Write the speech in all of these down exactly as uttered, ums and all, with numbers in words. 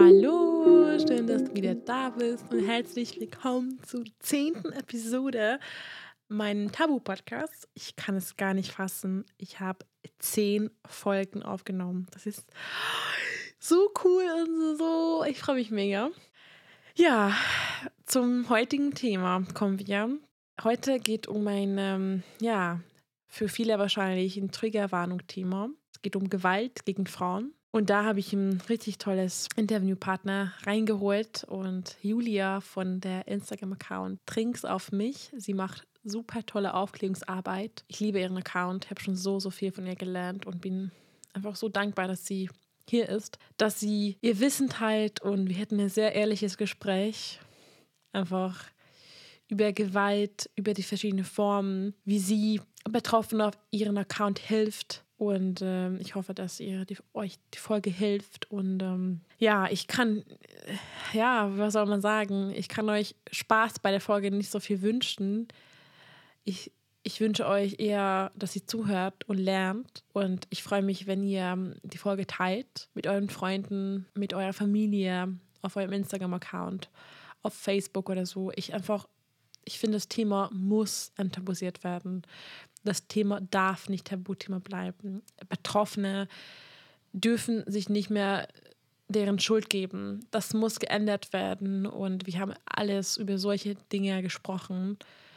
Hallo, schön, dass du wieder da bist und herzlich willkommen zur zehnten Episode meinem Tabu-Podcast. Ich kann es gar nicht fassen. Ich habe zehn Folgen aufgenommen. Das ist so cool und so. Ich freue mich mega. Ja, zum heutigen Thema kommen wir. Heute geht um ein, ähm, ja, für viele wahrscheinlich ein Triggerwarnung-Thema. Es geht um Gewalt gegen Frauen. Und da habe ich ein richtig tolles Interviewpartner reingeholt und Julia von der Instagram-Account Trinks auf mich. Sie macht super tolle Aufklärungsarbeit. Ich liebe ihren Account, habe schon so, so viel von ihr gelernt und bin einfach so dankbar, dass sie hier ist, dass sie ihr Wissen teilt und wir hatten ein sehr ehrliches Gespräch. Einfach über Gewalt, über die verschiedenen Formen, wie sie Betroffenen auf ihren Account hilft. Und ähm, ich hoffe, dass ihr die, euch die Folge hilft. Und ähm, ja, ich kann, äh, ja, was soll man sagen? Ich kann euch Spaß bei der Folge nicht so viel wünschen. Ich, ich wünsche euch eher, dass ihr zuhört und lernt. Und ich freue mich, wenn ihr ähm, die Folge teilt mit euren Freunden, mit eurer Familie, auf eurem Instagram-Account, auf Facebook oder so. Ich einfach, ich finde, das Thema muss enttabuisiert werden. Das Thema darf nicht Tabuthema bleiben. Betroffene dürfen sich nicht mehr deren Schuld geben. Das muss geändert werden und wir haben alles über solche Dinge gesprochen.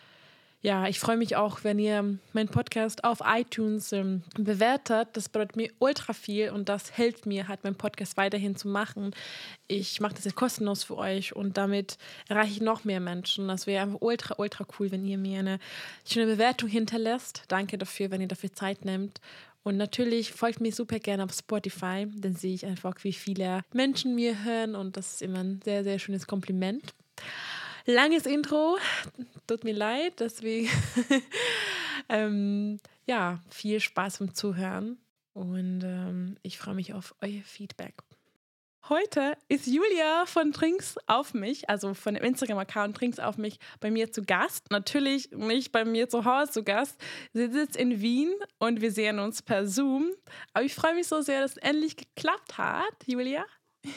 Ja, ich freue mich auch, wenn ihr meinen Podcast auf iTunes ähm, bewertet. Das bedeutet mir ultra viel und das hilft mir, halt meinen Podcast weiterhin zu machen. Ich mache das jetzt kostenlos für euch und damit erreiche ich noch mehr Menschen. Das wäre einfach ultra, ultra cool, wenn ihr mir eine schöne Bewertung hinterlässt. Danke dafür, wenn ihr dafür Zeit nehmt. Und natürlich folgt mir super gerne auf Spotify. Dann sehe ich einfach, wie viele Menschen mir hören und das ist immer ein sehr, sehr schönes Kompliment. Langes Intro, tut mir leid, deswegen ähm, ja, viel Spaß beim Zuhören und ähm, ich freue mich auf euer Feedback. Heute ist Julia von Trinks auf mich, also von dem Instagram-Account Trinks auf mich, bei mir zu Gast. Natürlich nicht bei mir zu Hause zu Gast. Sie sitzt in Wien und wir sehen uns per Zoom. Aber ich freue mich so sehr, dass es endlich geklappt hat, Julia.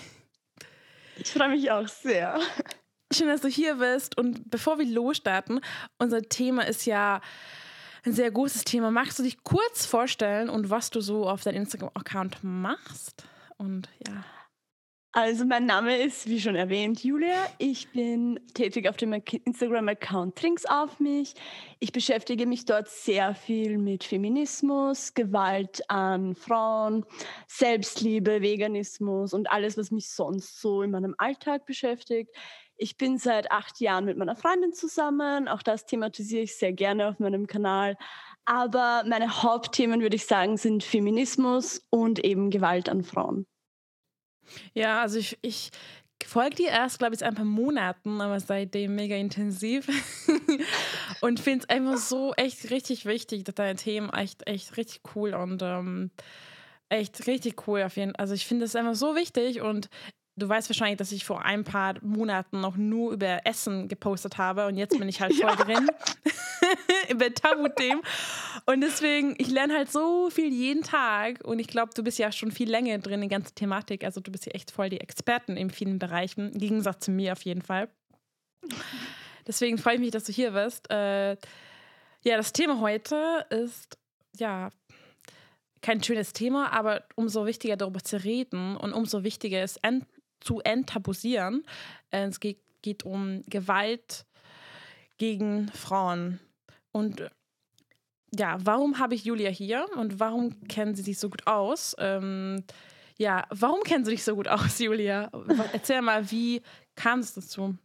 Ich freue mich auch sehr. Schön, dass du hier bist. Und bevor wir losstarten, unser Thema ist ja ein sehr großes Thema. Magst du dich kurz vorstellen und was du so auf deinem Instagram-Account machst? Und ja. Also mein Name ist, wie schon erwähnt, Julia. Ich bin tätig auf dem Instagram-Account Trinks auf mich. Ich beschäftige mich dort sehr viel mit Feminismus, Gewalt an Frauen, Selbstliebe, Veganismus und alles, was mich sonst so in meinem Alltag beschäftigt. Ich bin seit acht Jahren mit meiner Freundin zusammen. Auch das thematisiere ich sehr gerne auf meinem Kanal. Aber meine Hauptthemen, würde ich sagen, sind Feminismus und eben Gewalt an Frauen. Ja, also ich, ich folge dir erst, glaube ich, seit ein paar Monaten, aber seitdem mega intensiv. Und finde es einfach so echt richtig wichtig, dass deine Themen echt, echt richtig cool und ähm, echt richtig cool auf jeden Fall. Also ich finde es einfach so wichtig und du weißt wahrscheinlich, dass ich vor ein paar Monaten noch nur über Essen gepostet habe und jetzt bin ich halt voll Ja. drin über Tabuthemen und deswegen, ich lerne halt so viel jeden Tag und ich glaube, du bist ja schon viel länger drin in der ganzen Thematik, also du bist ja echt voll die Experten in vielen Bereichen, im Gegensatz zu mir auf jeden Fall. Deswegen freue ich mich, dass du hier bist. Äh, ja, das Thema heute ist, ja, kein schönes Thema, aber umso wichtiger darüber zu reden und umso wichtiger ist ent- zu enttabuisieren. Äh, es geht, geht um Gewalt gegen Frauen. Und äh, ja, warum habe ich Julia hier und warum kennen sie sich so gut aus? Ähm, ja, warum kennen sie dich so gut aus, Julia? Erzähl mal, wie kam es dazu?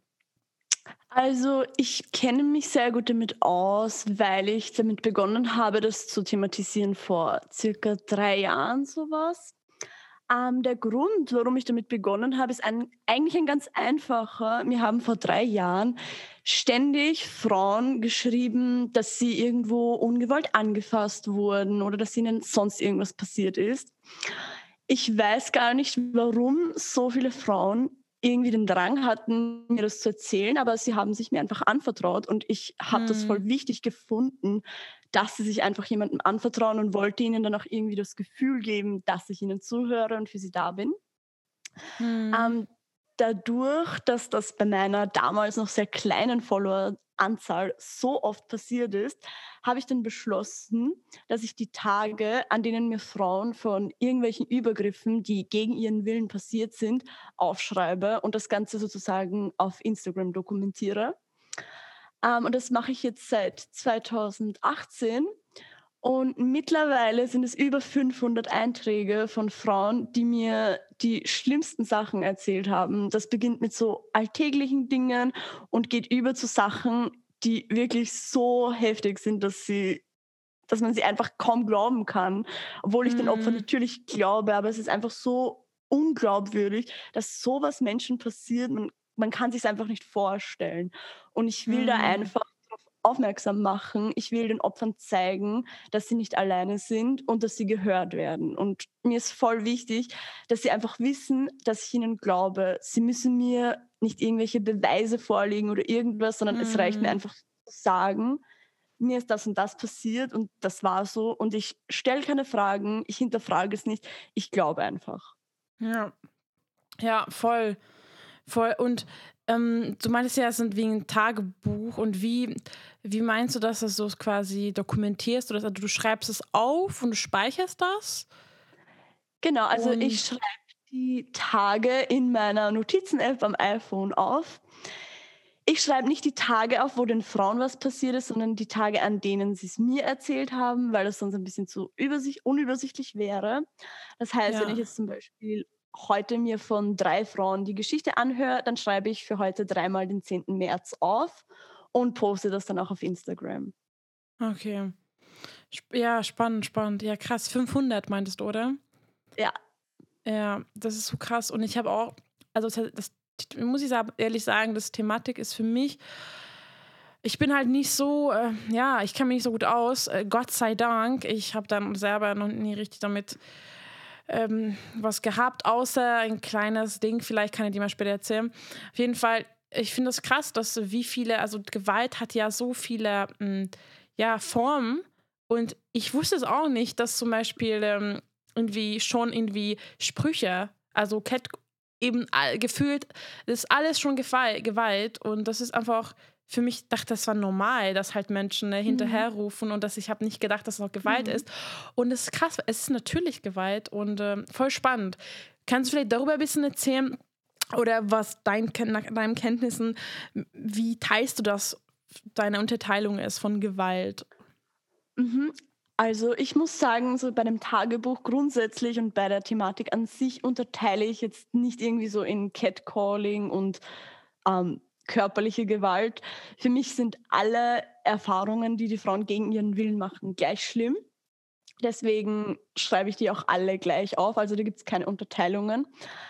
Also ich kenne mich sehr gut damit aus, weil ich damit begonnen habe, das zu thematisieren vor circa drei Jahren sowas. Ähm, der Grund, warum ich damit begonnen habe, ist ein, eigentlich ein ganz einfacher. Mir haben vor drei Jahren ständig Frauen geschrieben, dass sie irgendwo ungewollt angefasst wurden oder dass ihnen sonst irgendwas passiert ist. Ich weiß gar nicht, warum so viele Frauen irgendwie den Drang hatten, mir das zu erzählen, aber sie haben sich mir einfach anvertraut und ich habe das Hm. voll wichtig gefunden, dass sie sich einfach jemandem anvertrauen und wollte ihnen dann auch irgendwie das Gefühl geben, dass ich ihnen zuhöre und für sie da bin. Mhm. Ähm, dadurch, dass das bei meiner damals noch sehr kleinen Followeranzahl so oft passiert ist, habe ich dann beschlossen, dass ich die Tage, an denen mir Frauen von irgendwelchen Übergriffen, die gegen ihren Willen passiert sind, aufschreibe und das Ganze sozusagen auf Instagram dokumentiere. Ähm, und das mache ich jetzt seit zweitausendachtzehn. Und mittlerweile sind es über fünfhundert Einträge von Frauen, die mir die schlimmsten Sachen erzählt haben. Das beginnt mit so alltäglichen Dingen und geht über zu Sachen, die wirklich so heftig sind, dass sie dass man sie einfach kaum glauben kann, obwohl ich den Opfern Mhm. natürlich glaube, aber es ist einfach so unglaubwürdig, dass sowas Menschen passiert. Man man kann sich's einfach nicht vorstellen. Und ich will da Mhm. einfach drauf aufmerksam machen. Ich will den Opfern zeigen, dass sie nicht alleine sind und dass sie gehört werden. Und mir ist voll wichtig, dass sie einfach wissen, dass ich ihnen glaube. Sie müssen mir nicht irgendwelche Beweise vorlegen oder irgendwas, sondern es reicht mir Mhm. einfach zu sagen: „Mir ist das und das passiert und das war so.“ Und ich stelle keine Fragen, ich hinterfrage es nicht, ich glaube einfach. Ja. Ja, voll. Voll. Und, ähm, du meintest ja, es sind wie ein Tagebuch und wie wie meinst du das, dass du's quasi dokumentierst oder also, du schreibst es auf und du speicherst das? Genau, also ich Und schreibe die Tage in meiner Notizen-App am iPhone auf. Ich schreibe nicht die Tage auf, wo den Frauen was passiert ist, sondern die Tage, an denen sie es mir erzählt haben, weil das sonst ein bisschen zu übersicht unübersichtlich wäre. Das heißt, wenn ich ja, jetzt zum Beispiel heute mir von drei Frauen die Geschichte anhöre, dann schreibe ich für heute dreimal den zehnten März auf und poste das dann auch auf Instagram. okay. Sp ja, spannend, spannend. Ja, krass. fünfhundert meintest du, oder? Ja. Ja, das ist so krass. Und ich habe auch also, das das muss ich sa ehrlich sagen, das Thematik ist für mich ich bin halt nicht so äh, ja, ich kenne mich nicht so gut aus, äh, Gott sei Dank. Ich habe dann selber noch nie richtig damit, ähm, was gehabt, außer ein kleines Ding, vielleicht kann ich dir mal später erzählen. Auf jeden Fall, ich finde es krass, dass wie viele also, Gewalt hat ja so viele, hm, ja, Formen und ich wusste es auch nicht, dass zum Beispiel, ähm, irgendwie schon irgendwie Sprüche, also Cat eben all gefühlt das ist alles schon Gefal Gewalt und das ist einfach für mich dachte, das war normal, dass halt Menschen, ne, Mhm. hinterherrufen und dass ich habe nicht gedacht, dass es auch Gewalt Mhm. ist. Und es ist krass, es ist natürlich Gewalt und, ähm, voll spannend. Kannst du vielleicht darüber ein bisschen erzählen oder was dein Ken nach deinen Kenntnissen w wie teilst du das, deine Unterteilung ist von Gewalt? Mhm. Also, ich muss sagen, so bei dem Tagebuch grundsätzlich und bei der Thematik an sich unterteile ich jetzt nicht irgendwie so in Catcalling und, ähm, körperliche Gewalt. Für mich sind alle Erfahrungen, die die Frauen gegen ihren Willen machen, gleich schlimm. Deswegen schreibe ich die auch alle gleich auf, also da gibt es keine Unterteilungen.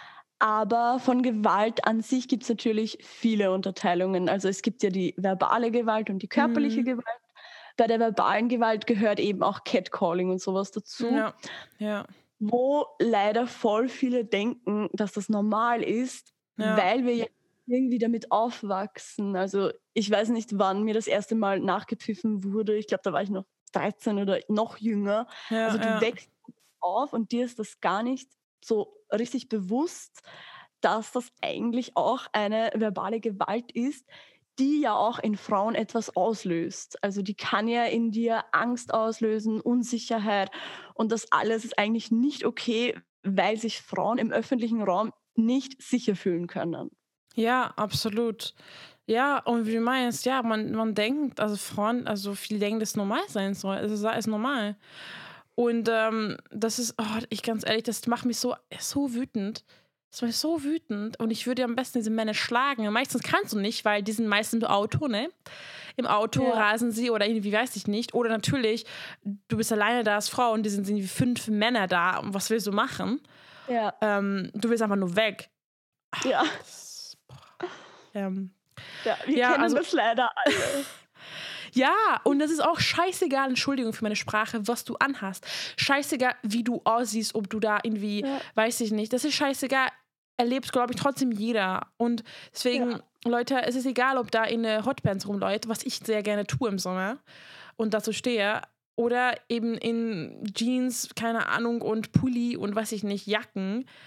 Aber von Gewalt an sich gibt es natürlich viele Unterteilungen. Also, es gibt ja die verbale Gewalt und die körperliche Mhm. Gewalt. Bei der verbalen Gewalt gehört eben auch Catcalling und sowas dazu, Ja, ja, wo leider voll viele denken, dass das normal ist, ja, weil wir ja irgendwie damit aufwachsen. Also, ich weiß nicht, wann mir das erste Mal nachgepfiffen wurde. Ich glaube, da war ich noch dreizehn oder noch jünger. ja, Also, du ja. wächst auf und dir ist das gar nicht so richtig bewusst, dass das eigentlich auch eine verbale Gewalt ist, die ja auch in Frauen etwas auslöst. Also, die kann ja in dir Angst auslösen, Unsicherheit und das alles ist eigentlich nicht okay, weil sich Frauen im öffentlichen Raum nicht sicher fühlen können. Ja, absolut. Ja, und wie du meinst, ja, man man denkt, also Frauen also viele denken, dass es normal sein soll. Es ist ist normal. Und, ähm, das ist oh, ich ganz ehrlich, das macht mich so so wütend. Das macht mich so wütend und ich würde am besten diese Männer schlagen. Meistens kannst du nicht, weil die sind meist im Auto, ne? Im Auto Ja, rasen sie oder irgendwie weiß ich nicht. Oder natürlich, du bist alleine da als Frau und die sind irgendwie fünf Männer da und was willst du machen? ja, Ähm, du willst einfach nur weg. ja, Das boah, ähm, ja, wir ja, kennen also das leider alle. ja, und das ist auch scheißegal, Entschuldigung für meine Sprache, was du anhast. Scheißegal, wie du aussiehst, ob du da irgendwie, Ja, weiß ich nicht, das ist scheißegal. Erlebt, glaube ich, trotzdem jeder. Und ja, deswegen, Leute, es ist egal, ob da in äh, Hotbands rumläuft, was ich sehr gerne tue im Sommer und dazu stehe. Oder eben in Jeans, keine Ahnung, und Pulli und weiß ich nicht, Jacken.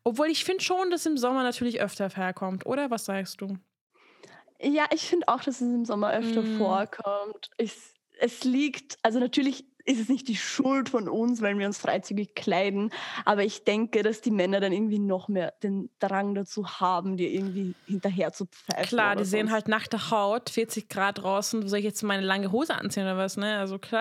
Obwohl ich finde schon, dass im Sommer natürlich öfter herkommt, oder? Was sagst du? Ja, ich finde auch, dass es im Sommer öfter Mm, vorkommt. Ich, es liegt, also natürlich ist es nicht die Schuld von uns, weil wir uns freizügig kleiden, aber ich denke, dass die Männer dann irgendwie noch mehr den Drang dazu haben, dir irgendwie hinterher zu pfeifen klar, die oder sehen sonst. halt nackte Haut, vierzig Grad draußen, soll ich jetzt meine lange Hose anziehen oder was, ne? Also klar.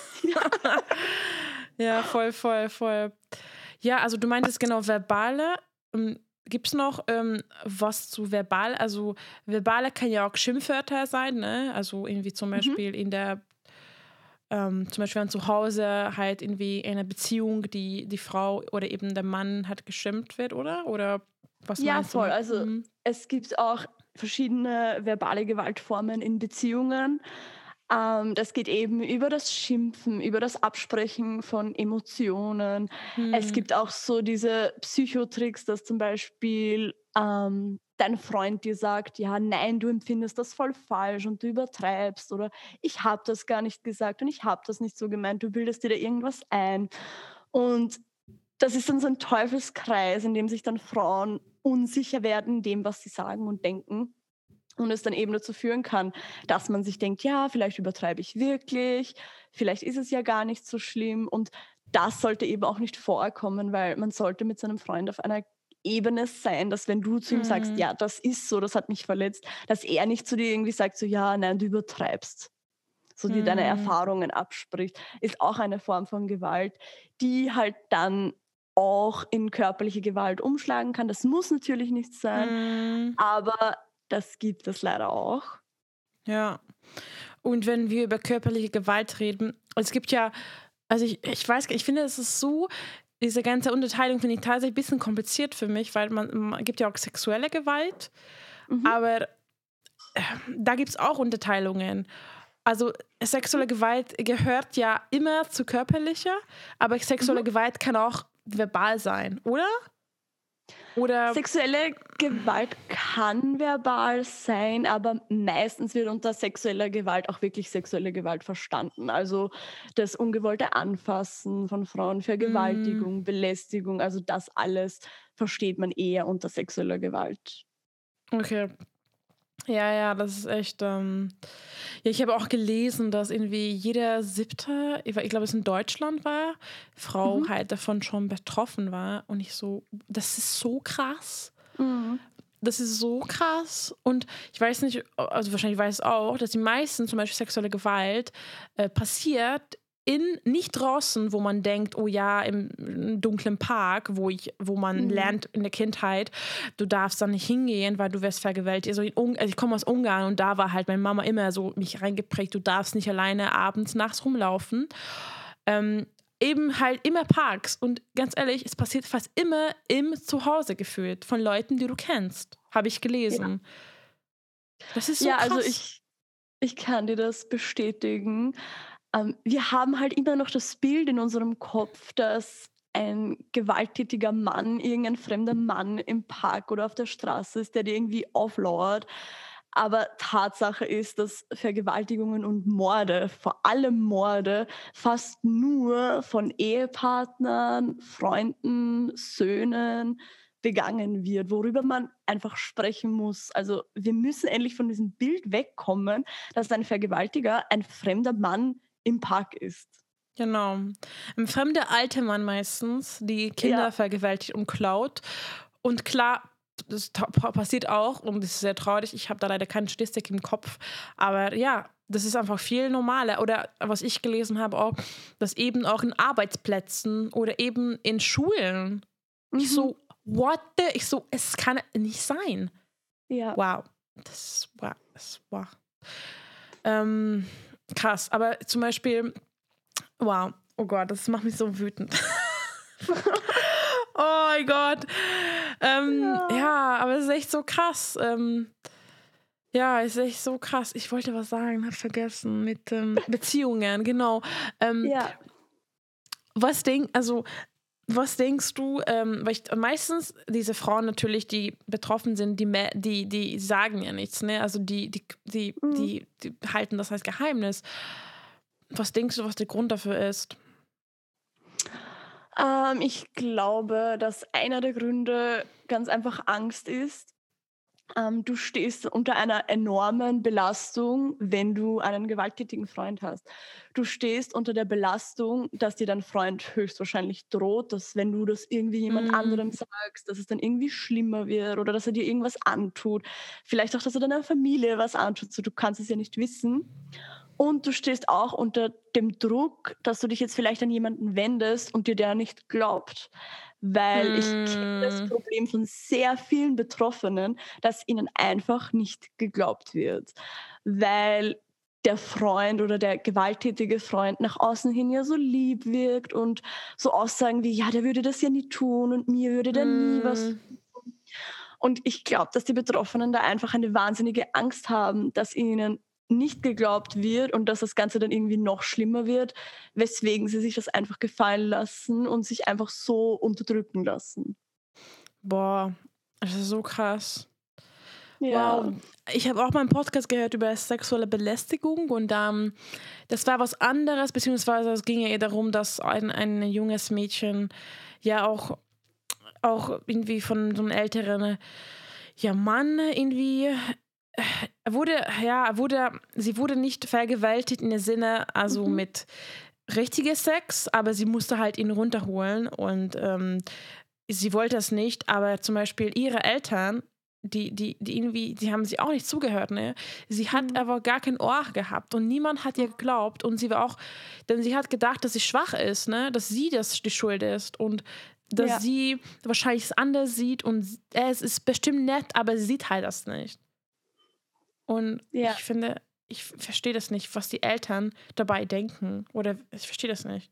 Ja, voll, voll, voll. Ja, also du meintest genau verbale. Ähm, Gibt es noch ähm, was zu verbal? Also verbale kann ja auch Schimpfwörter sein, ne? Also irgendwie zum Mhm. Beispiel in der, ähm, zum Beispiel wenn zu Hause halt irgendwie in einer Beziehung die, die Frau oder eben der Mann hat geschimpft wird, oder? Oder was Ja, meinst du voll. mit? Also Mhm. es gibt auch verschiedene verbale Gewaltformen in Beziehungen. Ähm, das geht eben über das Schimpfen, über das Absprechen von Emotionen. Es Hm. gibt auch so diese Psychotricks, dass zum Beispiel ähm, dein Freund dir sagt, ja, nein, du empfindest das voll falsch und du übertreibst oder ich habe das gar nicht gesagt und ich habe das nicht so gemeint, du bildest dir da irgendwas ein. Und das ist dann so ein Teufelskreis, in dem sich dann Frauen unsicher werden in dem, was sie sagen und denken. Und es dann eben dazu führen kann, dass man sich denkt, ja, vielleicht übertreibe ich wirklich, vielleicht ist es ja gar nicht so schlimm. Und das sollte eben auch nicht vorkommen, weil man sollte mit seinem Freund auf einer Ebene sein, dass wenn du zu ihm sagst, Hm. ja, das ist so, das hat mich verletzt, dass er nicht zu dir irgendwie sagt, so, ja, nein, du übertreibst, so dir deine Hm. Erfahrungen abspricht, ist auch eine Form von Gewalt, die halt dann auch in körperliche Gewalt umschlagen kann. Das muss natürlich nicht sein, Hm. aber das gibt es leider auch. Ja. Und wenn wir über körperliche Gewalt reden, es gibt ja, also ich, ich weiß, ich finde, es ist so, diese ganze Unterteilung finde ich tatsächlich ein bisschen kompliziert für mich, weil man, man gibt ja auch sexuelle Gewalt, Mhm. aber da gibt es auch Unterteilungen. Also Mhm. sexuelle Gewalt gehört ja immer zu körperlicher, aber Mhm. sexuelle Gewalt kann auch verbal sein, oder? Oder Sexuelle Gewalt kann verbal sein, aber meistens wird unter sexueller Gewalt auch wirklich sexuelle Gewalt verstanden. Also das ungewollte Anfassen von Frauen, mh, Vergewaltigung, Belästigung, also das alles versteht man eher unter sexueller Gewalt. okay. Ja, ja, das ist echt. Ähm ja, ich habe auch gelesen, dass irgendwie jeder siebte, ich glaube, es in Deutschland war, Frau Mhm. halt davon schon betroffen war. Und ich so, das ist so krass. Mhm. Das ist so krass. Und ich weiß nicht, also wahrscheinlich weiß es auch, dass die meisten, zum Beispiel sexuelle Gewalt, äh, passiert in nicht draußen, wo man denkt, oh ja, im, im dunklen Park, wo ich, wo man Mhm. lernt in der Kindheit, du darfst da nicht hingehen, weil du wirst vergewaltigt. Also, in Ung also ich komme aus Ungarn und da war halt meine Mama immer so mich reingeprägt, du darfst nicht alleine abends nachts rumlaufen. Ähm, Eben halt immer Parks. Und ganz ehrlich, es passiert fast immer im Zuhause gefühlt von Leuten, die du kennst. Habe ich Ja. gelesen. Das ist so Ja, also krass. ich ich kann dir das bestätigen. Ähm, wir haben halt immer noch das Bild in unserem Kopf, dass ein gewalttätiger Mann, irgendein fremder Mann im Park oder auf der Straße ist, der dir irgendwie auflauert. Aber Tatsache ist, dass Vergewaltigungen und Morde, vor allem Morde, fast nur von Ehepartnern, Freunden, Söhnen begangen wird, worüber man einfach sprechen muss. Also wir müssen endlich von diesem Bild wegkommen, dass ein Vergewaltiger ein fremder Mann im Park ist. Genau. Ein fremder alter Mann meistens, die Ja. Kinder vergewaltigt und klaut. Und klar, das ta- pa- passiert auch und das ist sehr traurig. Ich habe da leider keine Statistik im Kopf. Aber ja, das ist einfach viel normaler. Oder was ich gelesen habe auch, dass eben auch in Arbeitsplätzen oder eben in Schulen. Ich Mhm. so, what the? Ich so, es kann nicht sein. Ja. Wow. Das war, das war ähm, krass. Aber zum Beispiel, wow, oh Gott, das macht mich so wütend. Oh mein Gott. Ähm, Ja. ja, aber es ist echt so krass. Ähm, ja, es ist echt so krass. Ich wollte was sagen, hab vergessen mit ähm, Beziehungen, genau. Ähm, Ja. was denk, also was denkst du, ähm, weil ich, meistens diese Frauen natürlich, die betroffen sind, die, mä- die, die sagen ja nichts, ne? Also die, die, die, Mhm. die, die halten das als Geheimnis. Was denkst du, was der Grund dafür ist? Ähm, ich glaube, dass einer der Gründe ganz einfach Angst ist. Ähm, du stehst unter einer enormen Belastung, wenn du einen gewalttätigen Freund hast. Du stehst unter der Belastung, dass dir dein Freund höchstwahrscheinlich droht, dass wenn du das irgendwie jemand Mm, anderem sagst, dass es dann irgendwie schlimmer wird oder dass er dir irgendwas antut. Vielleicht auch, dass er deiner Familie was antut. So, du kannst es ja nicht wissen. Und du stehst auch unter dem Druck, dass du dich jetzt vielleicht an jemanden wendest und dir der nicht glaubt. Weil ich kenne das mm, Problem von sehr vielen Betroffenen, dass ihnen einfach nicht geglaubt wird. Weil der Freund oder der gewalttätige Freund nach außen hin ja so lieb wirkt und so Aussagen wie, ja, der würde das ja nie tun und mir würde der nie was mm. tun. Und ich glaube, dass die Betroffenen da einfach eine wahnsinnige Angst haben, dass ihnen nicht geglaubt wird und dass das Ganze dann irgendwie noch schlimmer wird, weswegen sie sich das einfach gefallen lassen und sich einfach so unterdrücken lassen. Boah, das ist so krass. Ja. Wow. Ich habe auch mal einen Podcast gehört über sexuelle Belästigung und ähm, das war was anderes, beziehungsweise es ging ja eher darum, dass ein, ein junges Mädchen ja auch, auch irgendwie von so einem älteren ja, Mann irgendwie er wurde, ja, er wurde, sie wurde nicht vergewaltigt in dem Sinne, also Mhm. mit richtiger Sex, aber sie musste halt ihn runterholen und ähm, sie wollte es nicht, aber zum Beispiel ihre Eltern, die, die, die irgendwie, die haben sie auch nicht zugehört, ne? Sie hat Mhm. aber gar kein Ohr gehabt und niemand hat ihr geglaubt und sie war auch, denn sie hat gedacht, dass sie schwach ist, ne? Dass sie das die Schuld ist und dass Ja. sie wahrscheinlich es anders sieht und es ist bestimmt nett, aber sie sieht halt das nicht. Und Ja. ich finde, ich verstehe das nicht, was die Eltern dabei denken oder ich verstehe das nicht.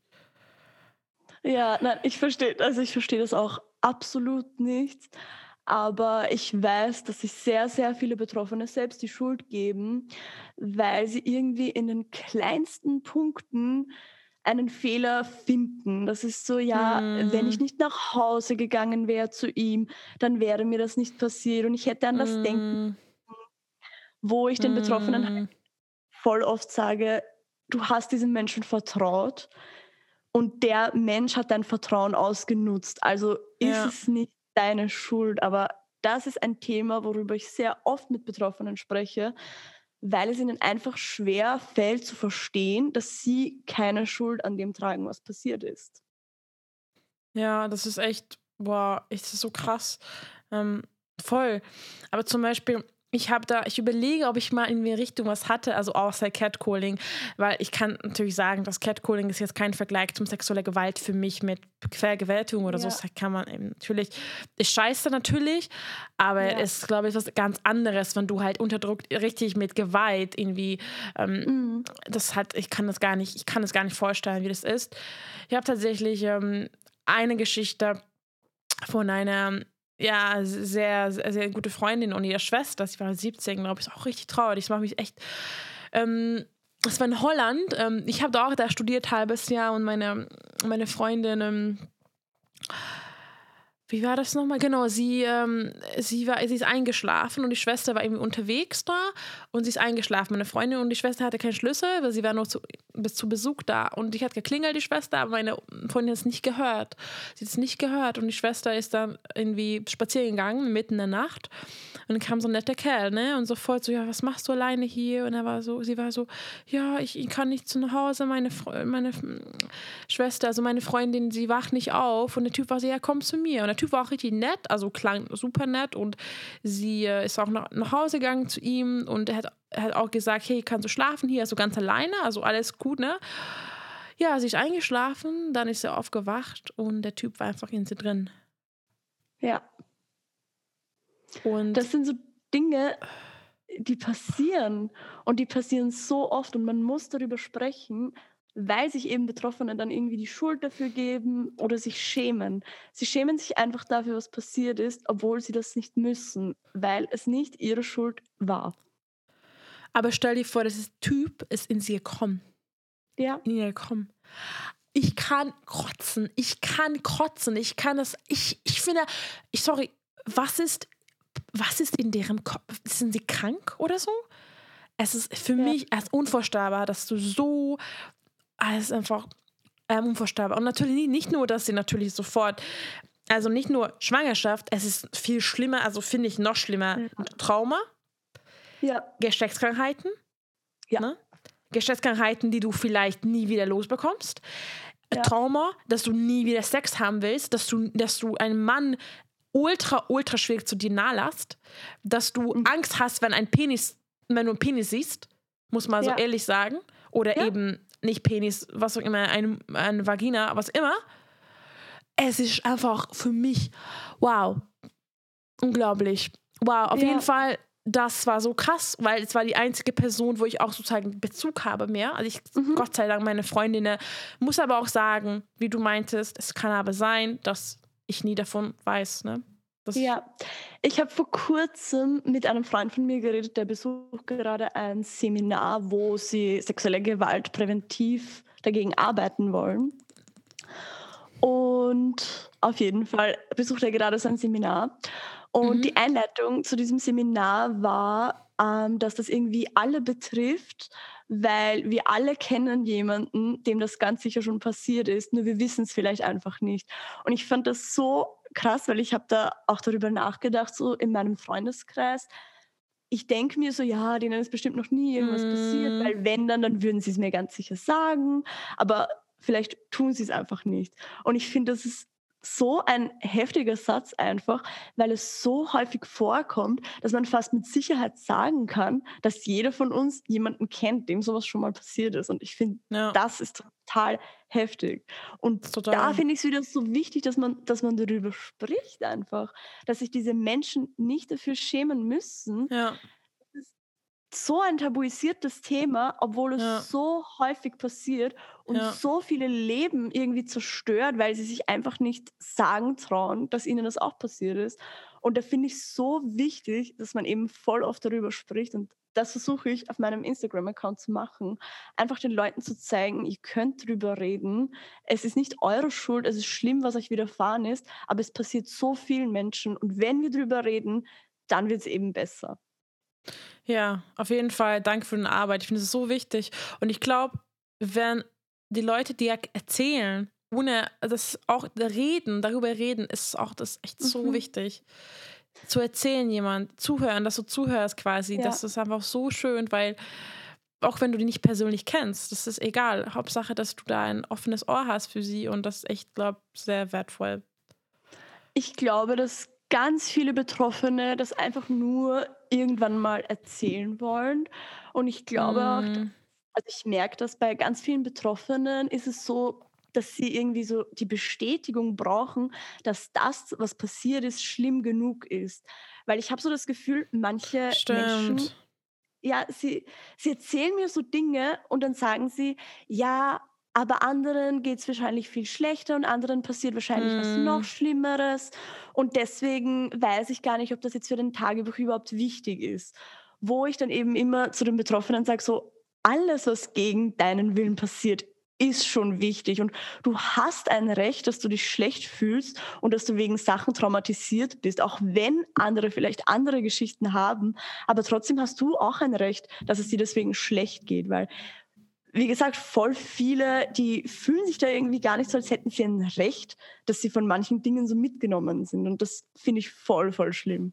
Ja, nein, ich verstehe, also ich verstehe das auch absolut nicht. Aber ich weiß, dass sich sehr, sehr viele Betroffene selbst die Schuld geben, weil sie irgendwie in den kleinsten Punkten einen Fehler finden. Das ist so, ja, wenn ich Mm, nicht nach Hause gegangen wäre zu ihm, dann wäre mir das nicht passiert und ich hätte an das denken, mm, wo ich den Betroffenen mm, voll oft sage, du hast diesem Menschen vertraut und der Mensch hat dein Vertrauen ausgenutzt. Also ist ja. es nicht deine Schuld. Aber das ist ein Thema, worüber ich sehr oft mit Betroffenen spreche, weil es ihnen einfach schwer fällt zu verstehen, dass sie keine Schuld an dem tragen, was passiert ist. Ja, das ist echt, boah, echt, das ist so krass. Ähm, voll. Aber zum Beispiel, ich habe da, ich überlege, ob ich mal in die Richtung was hatte, also außer Catcalling, weil ich kann natürlich sagen, dass Catcalling ist jetzt kein Vergleich zum sexueller Gewalt für mich mit Vergewaltigung oder so. Ja, Das kann man eben natürlich, ist scheiße natürlich, aber ja. es ist, glaube ich, was ganz anderes, wenn du halt unter Druck richtig mit Gewalt irgendwie, ähm, Mhm. das hat, ich kann das gar nicht, ich kann das gar nicht vorstellen, wie das ist. Ich habe tatsächlich ähm, eine Geschichte von einer ja, sehr, sehr, sehr gute Freundin und ihrer Schwester. Sie war siebzehn, glaube ich, ist auch richtig traurig. Das macht mich echt. Ähm, das war in Holland. Ähm, ich habe da auch da studiert, halbes Jahr, und meine, meine Freundin. Ähm, wie war das nochmal? Genau, sie, ähm, sie, war, sie ist eingeschlafen und die Schwester war irgendwie unterwegs da und sie ist eingeschlafen. Meine Freundin und die Schwester hatte keinen Schlüssel, weil sie war nur zu, bis zu Besuch da. Und die hat geklingelt, die Schwester, aber meine Freundin hat es nicht gehört. Sie hat es nicht gehört und die Schwester ist dann irgendwie spazieren gegangen, mitten in der Nacht. Und dann kam so ein netter Kerl, ne? Und sofort so, ja, was machst du alleine hier? Und er war so, sie war so, ja, ich, ich kann nicht zu Hause, meine, Fre- meine Schwester, also meine Freundin, sie wacht nicht auf. Und der Typ war so, ja, komm zu mir. Und der Typ war auch richtig nett, also klang super nett. Und sie äh, ist auch nach, nach Hause gegangen zu ihm und er hat, er hat auch gesagt, hey, kannst du schlafen hier? Also ganz alleine, also alles gut, ne? Ja, sie ist eingeschlafen, dann ist sie aufgewacht und der Typ war einfach in sie drin. Ja, Und das sind so Dinge, die passieren und die passieren so oft und man muss darüber sprechen, weil sich eben Betroffene dann irgendwie die Schuld dafür geben oder sich schämen. Sie schämen sich einfach dafür, was passiert ist, obwohl sie das nicht müssen, weil es nicht ihre Schuld war. aber stell dir vor, dass der Typ ist in sie gekommen. Ja, In ihr gekommen. Ich kann kotzen. Ich kann kotzen. Ich kann das. Ich, ich finde, ich, sorry, was ist, was ist in deren Kopf? Sind sie krank oder so? Es ist für ja, mich erst unvorstellbar, dass du so, es ist einfach, ähm, unvorstellbar. Und natürlich nicht, nicht nur, dass sie natürlich sofort, also nicht nur Schwangerschaft, es ist viel schlimmer, also finde ich noch schlimmer, Ja. Trauma, Ja, Geschlechtskrankheiten, ja, ne? Geschlechtskrankheiten, die du vielleicht nie wieder losbekommst. ja, Trauma, dass du nie wieder Sex haben willst, dass du, dass du einen Mann ultra, ultra schwierig zu dir nahe lässt, dass du mhm, Angst hast, wenn ein Penis, wenn du einen Penis siehst, muss man so ja, ehrlich sagen, oder ja, eben nicht Penis, was auch immer, eine, eine Vagina, was immer. Es ist einfach für mich, wow, unglaublich. Wow, auf jeden ja, Fall, das war so krass, weil es war die einzige Person, wo ich auch sozusagen Bezug habe mehr. Also ich, mhm, Gott sei Dank, meine Freundinnen. Muss aber auch sagen, wie du meintest, es kann aber sein, dass ich nie davon weiß, ne? Das, ja. Ich habe vor kurzem mit einem Freund von mir geredet, der besucht gerade ein Seminar, wo sie sexuelle Gewalt präventiv dagegen arbeiten wollen. Und auf jeden Fall besucht er gerade sein Seminar. Und mhm. die Einleitung zu diesem Seminar war, ähm, dass das irgendwie alle betrifft, weil wir alle kennen jemanden, dem das ganz sicher schon passiert ist, nur wir wissen es vielleicht einfach nicht. Und ich fand das so krass, weil ich habe da auch darüber nachgedacht, so in meinem Freundeskreis. Ich denke mir so, ja, denen ist bestimmt noch nie irgendwas passiert, Mm, weil wenn dann, dann würden sie es mir ganz sicher sagen, aber vielleicht tun sie es einfach nicht. Und ich finde, das ist so ein heftiger Satz einfach, weil es so häufig vorkommt, dass man fast mit Sicherheit sagen kann, dass jeder von uns jemanden kennt, dem sowas schon mal passiert ist. Und ich finde, ja, das ist total heftig. Und da total. finde ich es wieder so wichtig, dass man, dass man darüber spricht einfach, dass sich diese Menschen nicht dafür schämen müssen. Ja, Das ist so ein tabuisiertes Thema, obwohl ja, es so häufig passiert und ja, so viele Leben irgendwie zerstört, weil sie sich einfach nicht sagen trauen, dass ihnen das auch passiert ist. Und da finde ich es so wichtig, dass man eben voll oft darüber spricht. Und das versuche ich auf meinem Instagram-Account zu machen. Einfach den Leuten zu zeigen, ihr könnt drüber reden. Es ist nicht eure Schuld, es ist schlimm, was euch widerfahren ist, aber es passiert so vielen Menschen. Und wenn wir drüber reden, dann wird es eben besser. ja, auf jeden Fall. Danke für deine Arbeit. Ich finde es so wichtig. Und ich glaube, wenn die Leute dir erzählen, ohne das auch reden, darüber reden, ist auch das echt so Mhm. wichtig. Zu erzählen, jemand, zuhören, dass du zuhörst quasi, Ja. das ist einfach so schön, weil auch wenn du die nicht persönlich kennst, das ist egal. Hauptsache, dass du da ein offenes Ohr hast für sie und das ist echt, glaube ich, sehr wertvoll. Ich glaube, dass ganz viele Betroffene das einfach nur irgendwann mal erzählen wollen. Und ich glaube auch, dass, Mm, also ich merke das bei ganz vielen Betroffenen ist es so, dass sie irgendwie so die Bestätigung brauchen, dass das, was passiert ist, schlimm genug ist. Weil ich habe so das Gefühl, manche Menschen, stimmt. ja, sie, sie erzählen mir so Dinge und dann sagen sie, ja, aber anderen geht es wahrscheinlich viel schlechter und anderen passiert wahrscheinlich was noch Mm, Schlimmeres. Und deswegen weiß ich gar nicht, ob das jetzt für den Tagebuch überhaupt wichtig ist. Wo ich dann eben immer zu den Betroffenen sage, so, alles, was gegen deinen Willen passiert, ist schon wichtig. Und du hast ein Recht, dass du dich schlecht fühlst und dass du wegen Sachen traumatisiert bist, auch wenn andere vielleicht andere Geschichten haben. Aber trotzdem hast du auch ein Recht, dass es dir deswegen schlecht geht, weil, wie gesagt, voll viele, die fühlen sich da irgendwie gar nicht so, als hätten sie ein Recht, dass sie von manchen Dingen so mitgenommen sind. Und das finde ich voll, voll schlimm.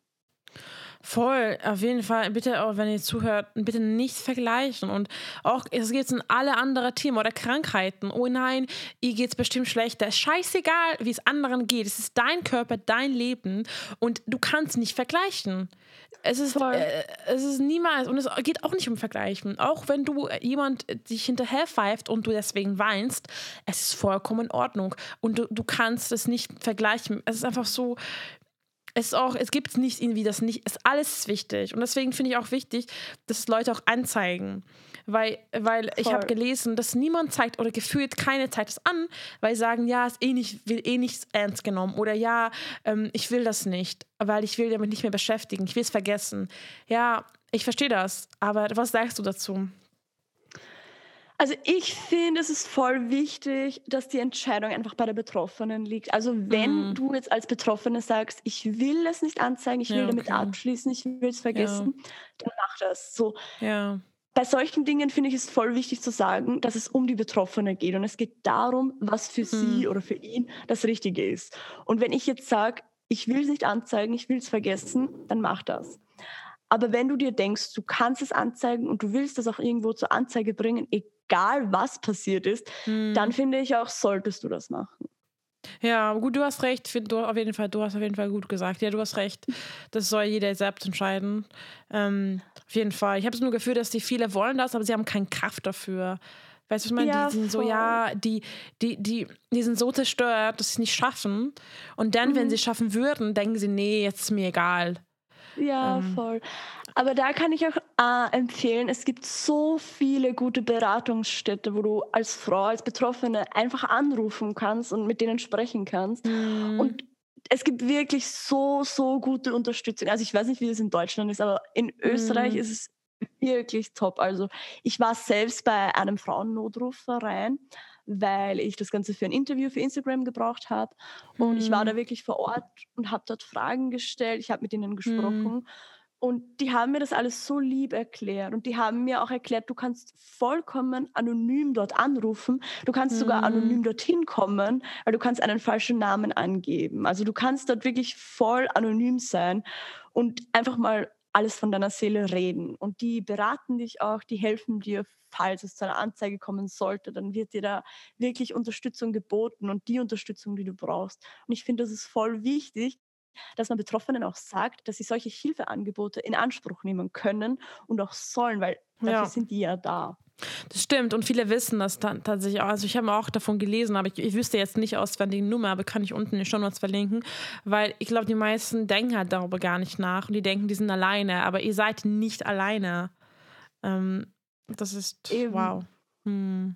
voll, auf jeden Fall. Bitte auch, wenn ihr zuhört, bitte nicht vergleichen. Und auch, es geht in alle anderen Themen oder Krankheiten. Oh nein, ihr geht es bestimmt schlechter. Ist scheißegal, wie es anderen geht. Es ist dein Körper, dein Leben und du kannst nicht vergleichen. Es ist, Voll. äh, es ist niemals, und es geht auch nicht um Vergleichen. Auch wenn du jemand dich hinterher pfeift und du deswegen weinst, es ist vollkommen in Ordnung. Und du, du kannst es nicht vergleichen. Es ist einfach so, es ist auch, es gibt nicht irgendwie das nicht, es ist alles wichtig. Und deswegen finde ich auch wichtig, dass Leute auch anzeigen. Weil, weil ich habe Voll. gelesen, dass niemand zeigt oder gefühlt keine zeigt es an, weil sie sagen, ja, ist eh nicht, will eh nicht ernst genommen oder ja, ähm, ich will das nicht, weil ich will damit nicht mehr beschäftigen, ich will es vergessen. Ja, ich verstehe das, aber was sagst du dazu? Also ich finde, es ist voll wichtig, dass die Entscheidung einfach bei der Betroffenen liegt. Also wenn Mm, du jetzt als Betroffene sagst, ich will es nicht anzeigen, ich will ja, damit okay. abschließen, ich will es Ja, vergessen, dann mach das. So, ja, bei solchen Dingen finde ich es voll wichtig zu sagen, dass es um die Betroffene geht und es geht darum, was für sie Mhm. oder für ihn das Richtige ist. Und wenn ich jetzt sage, ich will es nicht anzeigen, ich will es vergessen, dann mach das. Aber wenn du dir denkst, du kannst es anzeigen und du willst das auch irgendwo zur Anzeige bringen, egal was passiert ist, dann Mhm. finde ich auch, solltest du das machen. Ja, gut, du hast recht. Find- Du auf jeden Fall, du hast auf jeden Fall gut gesagt. Ja, du hast recht. Das soll jeder selbst entscheiden. Ähm, auf jeden Fall. Ich habe das nur Gefühl, dass die viele wollen das, aber sie haben keine Kraft dafür. Weißt du, was ich meine? Die Ja, sind so, voll. ja, die, die, die, die sind so zerstört, dass sie es nicht schaffen. Und dann, wenn sie Mhm. es schaffen würden, denken sie, nee, jetzt ist mir egal. Ja, Ähm, voll. Aber da kann ich auch äh, empfehlen, es gibt so viele gute Beratungsstätte, wo du als Frau, als Betroffene einfach anrufen kannst und mit denen sprechen kannst. hm, Und es gibt wirklich so, so gute Unterstützung. Also ich weiß nicht, wie das in Deutschland ist, aber in Österreich hm, ist es wirklich top. Also ich war selbst bei einem Frauennotrufverein, weil ich das Ganze für ein Interview für Instagram gebraucht habe. Und ich war hm, da wirklich vor Ort und habe dort Fragen gestellt. Ich habe mit ihnen hm, gesprochen. Und die haben mir das alles so lieb erklärt. Und die haben mir auch erklärt, du kannst vollkommen anonym dort anrufen. Du kannst sogar hm. anonym dorthin kommen, weil du kannst einen falschen Namen angeben. Also du kannst dort wirklich voll anonym sein und einfach mal alles von deiner Seele reden. Und die beraten dich auch, die helfen dir, falls es zu einer Anzeige kommen sollte, dann wird dir da wirklich Unterstützung geboten und die Unterstützung, die du brauchst. Und ich finde, das ist voll wichtig, dass man Betroffenen auch sagt, dass sie solche Hilfeangebote in Anspruch nehmen können und auch sollen, weil dafür Ja. sind die ja da. Das stimmt und viele wissen das dann tatsächlich auch. Also ich habe auch davon gelesen, aber ich, ich wüsste jetzt nicht auswendig die Nummer, aber kann ich unten in den Shownotes verlinken, weil ich glaube, die meisten denken halt darüber gar nicht nach und die denken, die sind alleine, aber ihr seid nicht alleine. Ähm, das ist, wow. Eben. Hm.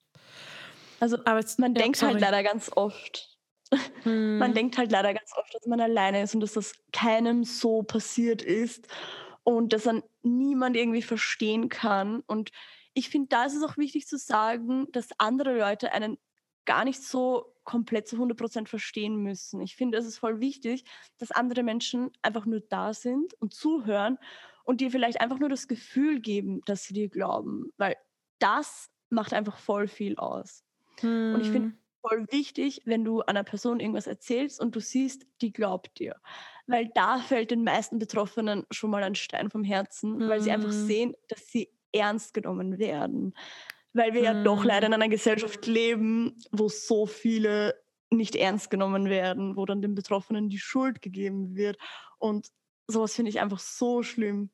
Also Aber jetzt, man ja, denkt halt sorry. leider ganz oft, man Hm. denkt halt leider ganz oft, dass man alleine ist und dass das keinem so passiert ist und dass dann niemand irgendwie verstehen kann. Und ich finde, da ist es auch wichtig zu sagen, dass andere Leute einen gar nicht so komplett zu hundert Prozent verstehen müssen. Ich finde, es ist voll wichtig, dass andere Menschen einfach nur da sind und zuhören und dir vielleicht einfach nur das Gefühl geben, dass sie dir glauben, weil das macht einfach voll viel aus. Und ich finde Hm. voll wichtig, wenn du einer Person irgendwas erzählst und du siehst, die glaubt dir. Weil da fällt den meisten Betroffenen schon mal ein Stein vom Herzen, weil sie einfach Hm. sehen, dass sie ernst genommen werden. Weil wir ja doch leider Hm. in einer Gesellschaft leben, wo so viele nicht ernst genommen werden, wo dann den Betroffenen die Schuld gegeben wird. Und sowas finde ich einfach so schlimm.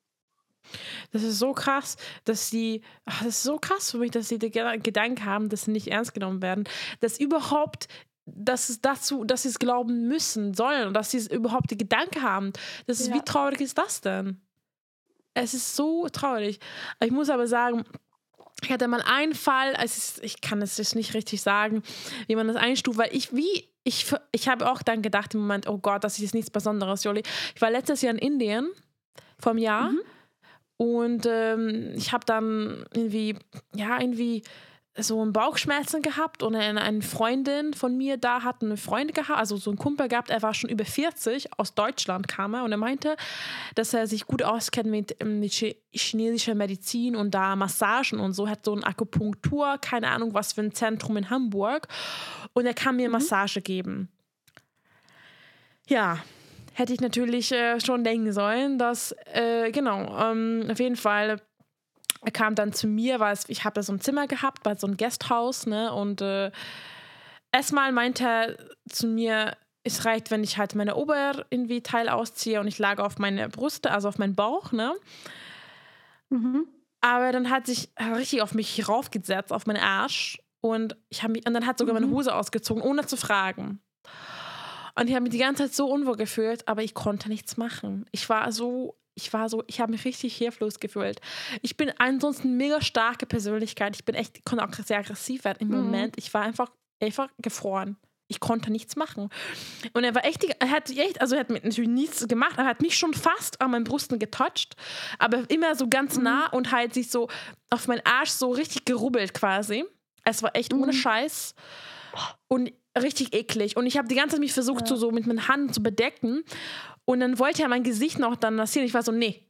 Das ist so krass, dass sie, ach, das ist so krass für mich, dass sie den Geda- Gedanken haben, dass sie nicht ernst genommen werden, dass überhaupt, dass es dazu, dass sie es glauben müssen, sollen und dass sie es überhaupt die Gedanken haben. Das ist, wie Ja. traurig ist das denn? Es ist so traurig. Ich muss aber sagen, ich hatte mal einen Fall, es ist, ich kann es jetzt nicht richtig sagen, wie man das einstuft, weil ich wie, ich, ich habe auch dann gedacht im Moment, oh Gott, das ist jetzt nichts Besonderes, Jolie. Ich war letztes Jahr in Indien, vom Jahr, Mhm. und ähm, ich habe dann irgendwie, ja, irgendwie so ein Bauchschmerzen gehabt und eine, eine Freundin von mir da hat eine Freundin gehabt, also so einen Kumpel gehabt, er war schon über vierzig, aus Deutschland kam er und er meinte, dass er sich gut auskennt mit, ähm, mit chi- chinesischer Medizin und da Massagen und so, hat so ein Akupunktur, keine Ahnung was für ein Zentrum in Hamburg und er kann mir Mhm. Massage geben. Ja, hätte ich natürlich äh, schon denken sollen, dass, äh, genau, ähm, auf jeden Fall, er kam dann zu mir, weil es, ich habe da so ein Zimmer gehabt, bei so einem Gasthaus, ne, und äh, erstmal meinte er zu mir, es reicht, wenn ich halt meine Ober irgendwie Teil ausziehe und ich lag auf meine Brüste, also auf meinen Bauch, ne, Mhm. aber dann hat sich richtig auf mich raufgesetzt, auf meinen Arsch und ich habe mich, und dann hat sogar meine Mhm. Hose ausgezogen, ohne zu fragen. Und ich habe mich die ganze Zeit so unwohl gefühlt, aber ich konnte nichts machen. Ich war so, ich war so, ich habe mich richtig hilflos gefühlt. Ich bin ansonsten eine mega starke Persönlichkeit. Ich bin echt, ich konnte auch sehr aggressiv werden im Mhm. Moment. Ich war einfach, einfach gefroren. Ich konnte nichts machen. Und er war echt, die- er hat echt, also er hat mit natürlich nichts gemacht, er hat mich schon fast an meinen Brüsten getoucht, aber immer so ganz Mhm. nah und halt sich so auf meinen Arsch so richtig gerubbelt quasi. Es war echt ohne Mhm. Scheiß und richtig eklig. Und ich habe die ganze Zeit mich versucht, so, Ja. so mit meinen Händen zu bedecken. Und dann wollte er mein Gesicht noch dann massieren. Ich war so, nee,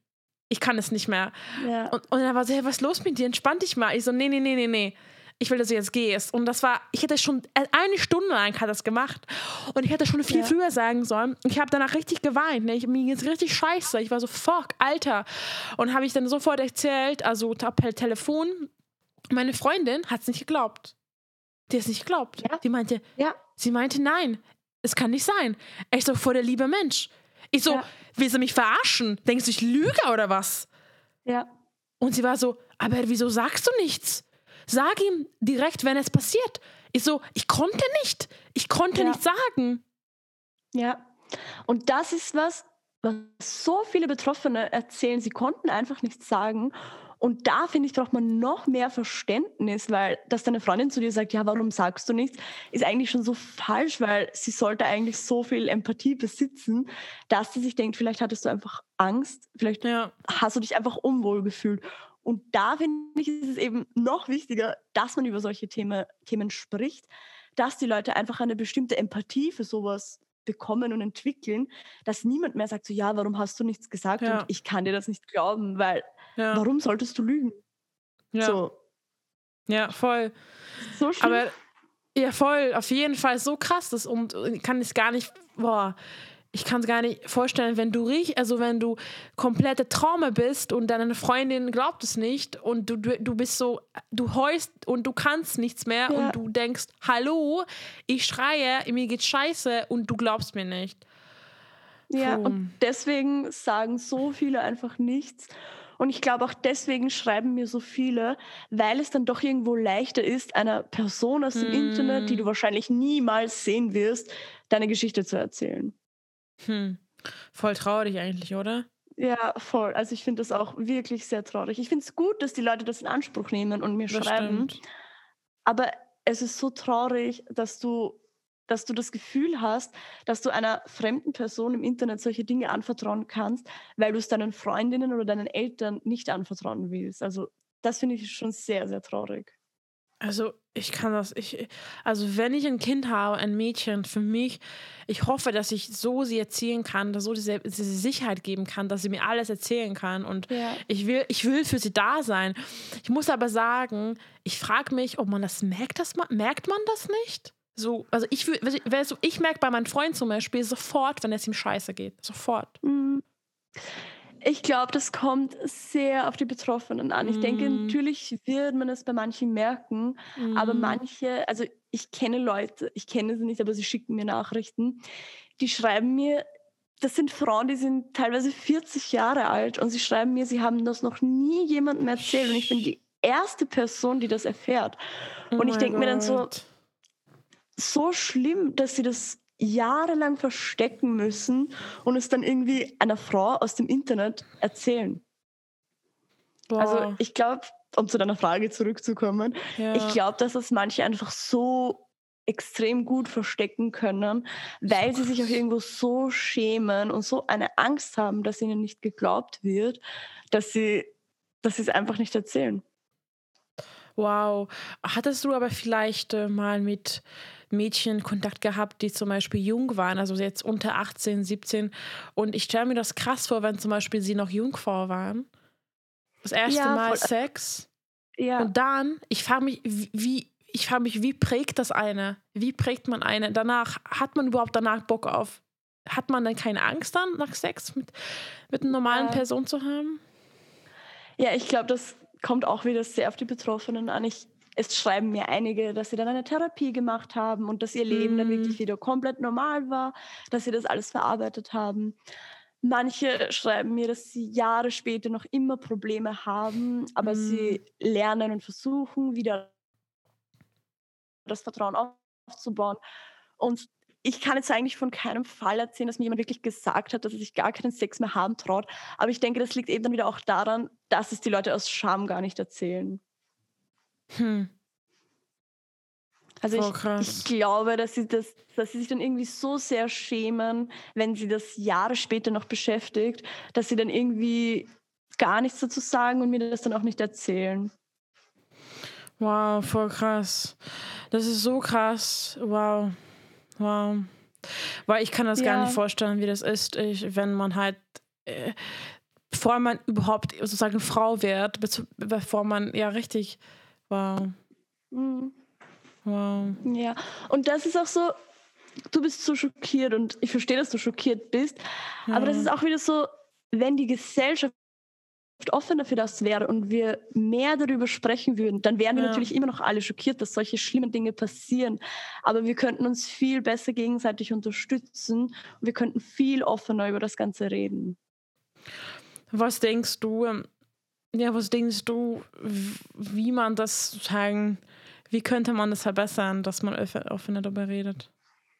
ich kann es nicht mehr. Ja. Und, und er war so, hey, was ist los mit dir? Entspann dich mal. Ich so, nee, nee, nee, nee, nee. Ich will, dass du jetzt gehst. Und das war, ich hätte schon, eine Stunde lang hat das gemacht. Und ich hätte schon viel Ja. früher sagen sollen. Ich habe danach richtig geweint. Ne? Ich, mir ging es richtig scheiße. Ich war so, fuck, Alter. Und habe ich dann sofort erzählt, also per Telefon, meine Freundin hat es nicht geglaubt. Die hat es nicht geglaubt. Ja. Die meinte, Ja. sie meinte, nein, es kann nicht sein. Ich so, voll der liebe Mensch. Ich so, Ja. willst du mich verarschen? Denkst du, ich lüge oder was? Ja. Und sie war so, aber wieso sagst du nichts? Sag ihm direkt, wenn es passiert. Ich so, ich konnte nicht. Ich konnte Ja. nicht sagen. Ja. Und das ist was, was so viele Betroffene erzählen. Sie konnten einfach nichts sagen. Und da, finde ich, braucht man noch mehr Verständnis, weil, dass deine Freundin zu dir sagt, ja, warum sagst du nichts, ist eigentlich schon so falsch, weil sie sollte eigentlich so viel Empathie besitzen, dass sie sich denkt, vielleicht hattest du einfach Angst, vielleicht Ja. hast du dich einfach unwohl gefühlt. Und da, finde ich, ist es eben noch wichtiger, dass man über solche Themen, Themen spricht, dass die Leute einfach eine bestimmte Empathie für sowas bekommen und entwickeln, dass niemand mehr sagt so, ja, warum hast du nichts gesagt Ja. und ich kann dir das nicht glauben, weil Ja. warum solltest du lügen? Ja. So, Ja, voll. so schlimm. Aber ja, voll, auf jeden Fall so krass das und ich kann es gar nicht, boah, ich kann es gar nicht vorstellen, wenn du riech, also wenn du komplette Trauma bist und deine Freundin glaubt es nicht und du, du, du bist so, du heulst und du kannst nichts mehr Ja. und du denkst, hallo, ich schreie, mir geht's scheiße und du glaubst mir nicht. Ja, Puh. und deswegen sagen so viele einfach nichts. Und ich glaube auch deswegen schreiben mir so viele, weil es dann doch irgendwo leichter ist, einer Person aus dem Hm. Internet, die du wahrscheinlich niemals sehen wirst, deine Geschichte zu erzählen. Hm. Voll traurig eigentlich, oder? Ja, voll. Also ich finde das auch wirklich sehr traurig. Ich finde es gut, dass die Leute das in Anspruch nehmen und mir Das schreiben. stimmt. Aber es ist so traurig, dass du, dass du das Gefühl hast, dass du einer fremden Person im Internet solche Dinge anvertrauen kannst, weil du es deinen Freundinnen oder deinen Eltern nicht anvertrauen willst. Also das finde ich schon sehr, sehr traurig. Also ich kann das, ich, also wenn ich ein Kind habe, ein Mädchen, für mich, ich hoffe, dass ich so sie erziehen kann, dass so diese, diese Sicherheit geben kann, dass sie mir alles erzählen kann und Ja. ich will, ich will für sie da sein. Ich muss aber sagen, ich frage mich, ob man das merkt, das ma- merkt man das nicht? So, also ich, fühl- weißt du, ich merke bei meinem Freund zum Beispiel sofort, wenn es ihm scheiße geht, sofort. Mm. Ich glaube, das kommt sehr auf die Betroffenen an. Ich denke, Mm. natürlich wird man es bei manchen merken, aber Mm. manche, also ich kenne Leute, ich kenne sie nicht, aber sie schicken mir Nachrichten, die schreiben mir, das sind Frauen, die sind teilweise vierzig Jahre alt und sie schreiben mir, sie haben das noch nie jemandem erzählt und ich bin die erste Person, die das erfährt. Oh Und ich mein denke mir dann so, Gott. so schlimm, dass sie das jahrelang verstecken müssen und es dann irgendwie einer Frau aus dem Internet erzählen. Boah. Also ich glaube, um zu deiner Frage zurückzukommen, Ja. ich glaube, dass das manche einfach so extrem gut verstecken können, weil sie sich auch irgendwo so schämen und so eine Angst haben, dass ihnen nicht geglaubt wird, dass sie, dass sie es einfach nicht erzählen. Wow. Hattest du aber vielleicht äh, mal mit Mädchen Kontakt gehabt, die zum Beispiel jung waren, also jetzt unter achtzehn, siebzehn? Und ich stelle mir das krass vor, wenn zum Beispiel sie noch Jungfrau waren. Das erste Ja, Mal voll. Sex. Ja, Und dann, ich frage mich, wie, ich frage mich, wie prägt das eine? Wie prägt man eine? Danach, hat man überhaupt danach Bock auf, hat man dann keine Angst dann, nach Sex mit, mit einer normalen Ja. Person zu haben? ja, ich glaube, das kommt auch wieder sehr auf die Betroffenen an. Ich, es schreiben mir einige, dass sie dann eine Therapie gemacht haben und dass ihr Leben dann Mm. wirklich wieder komplett normal war, dass sie das alles verarbeitet haben. Manche schreiben mir, dass sie Jahre später noch immer Probleme haben, aber Mm. sie lernen und versuchen, wieder das Vertrauen aufzubauen. Und ich kann jetzt eigentlich von keinem Fall erzählen, dass mir jemand wirklich gesagt hat, dass er sich gar keinen Sex mehr haben traut. Aber ich denke, das liegt eben dann wieder auch daran, dass es die Leute aus Scham gar nicht erzählen. Hm. Also Voll ich, krass. ich glaube, dass sie, das, dass sie sich dann irgendwie so sehr schämen, wenn sie das Jahre später noch beschäftigt, dass sie dann irgendwie gar nichts dazu sagen und mir das dann auch nicht erzählen. Wow, voll krass. Das ist so krass. Wow. Wow. Weil ich kann das gar Ja. nicht vorstellen, wie das ist, ich, wenn man halt, äh, bevor man überhaupt sozusagen Frau wird, bezu- bevor man, ja, richtig, wow, Mhm. wow. Ja, und das ist auch so, du bist so schockiert und ich verstehe, dass du schockiert bist, aber das Ja. ist auch wieder so, wenn die Gesellschaft offener für das wäre und wir mehr darüber sprechen würden, dann wären wir Ja. natürlich immer noch alle schockiert, dass solche schlimmen Dinge passieren. Aber wir könnten uns viel besser gegenseitig unterstützen und wir könnten viel offener über das Ganze reden. Was denkst du, ähm, ja, was denkst du, w- wie man das sagen, wie könnte man das verbessern, dass man öff- offener darüber redet?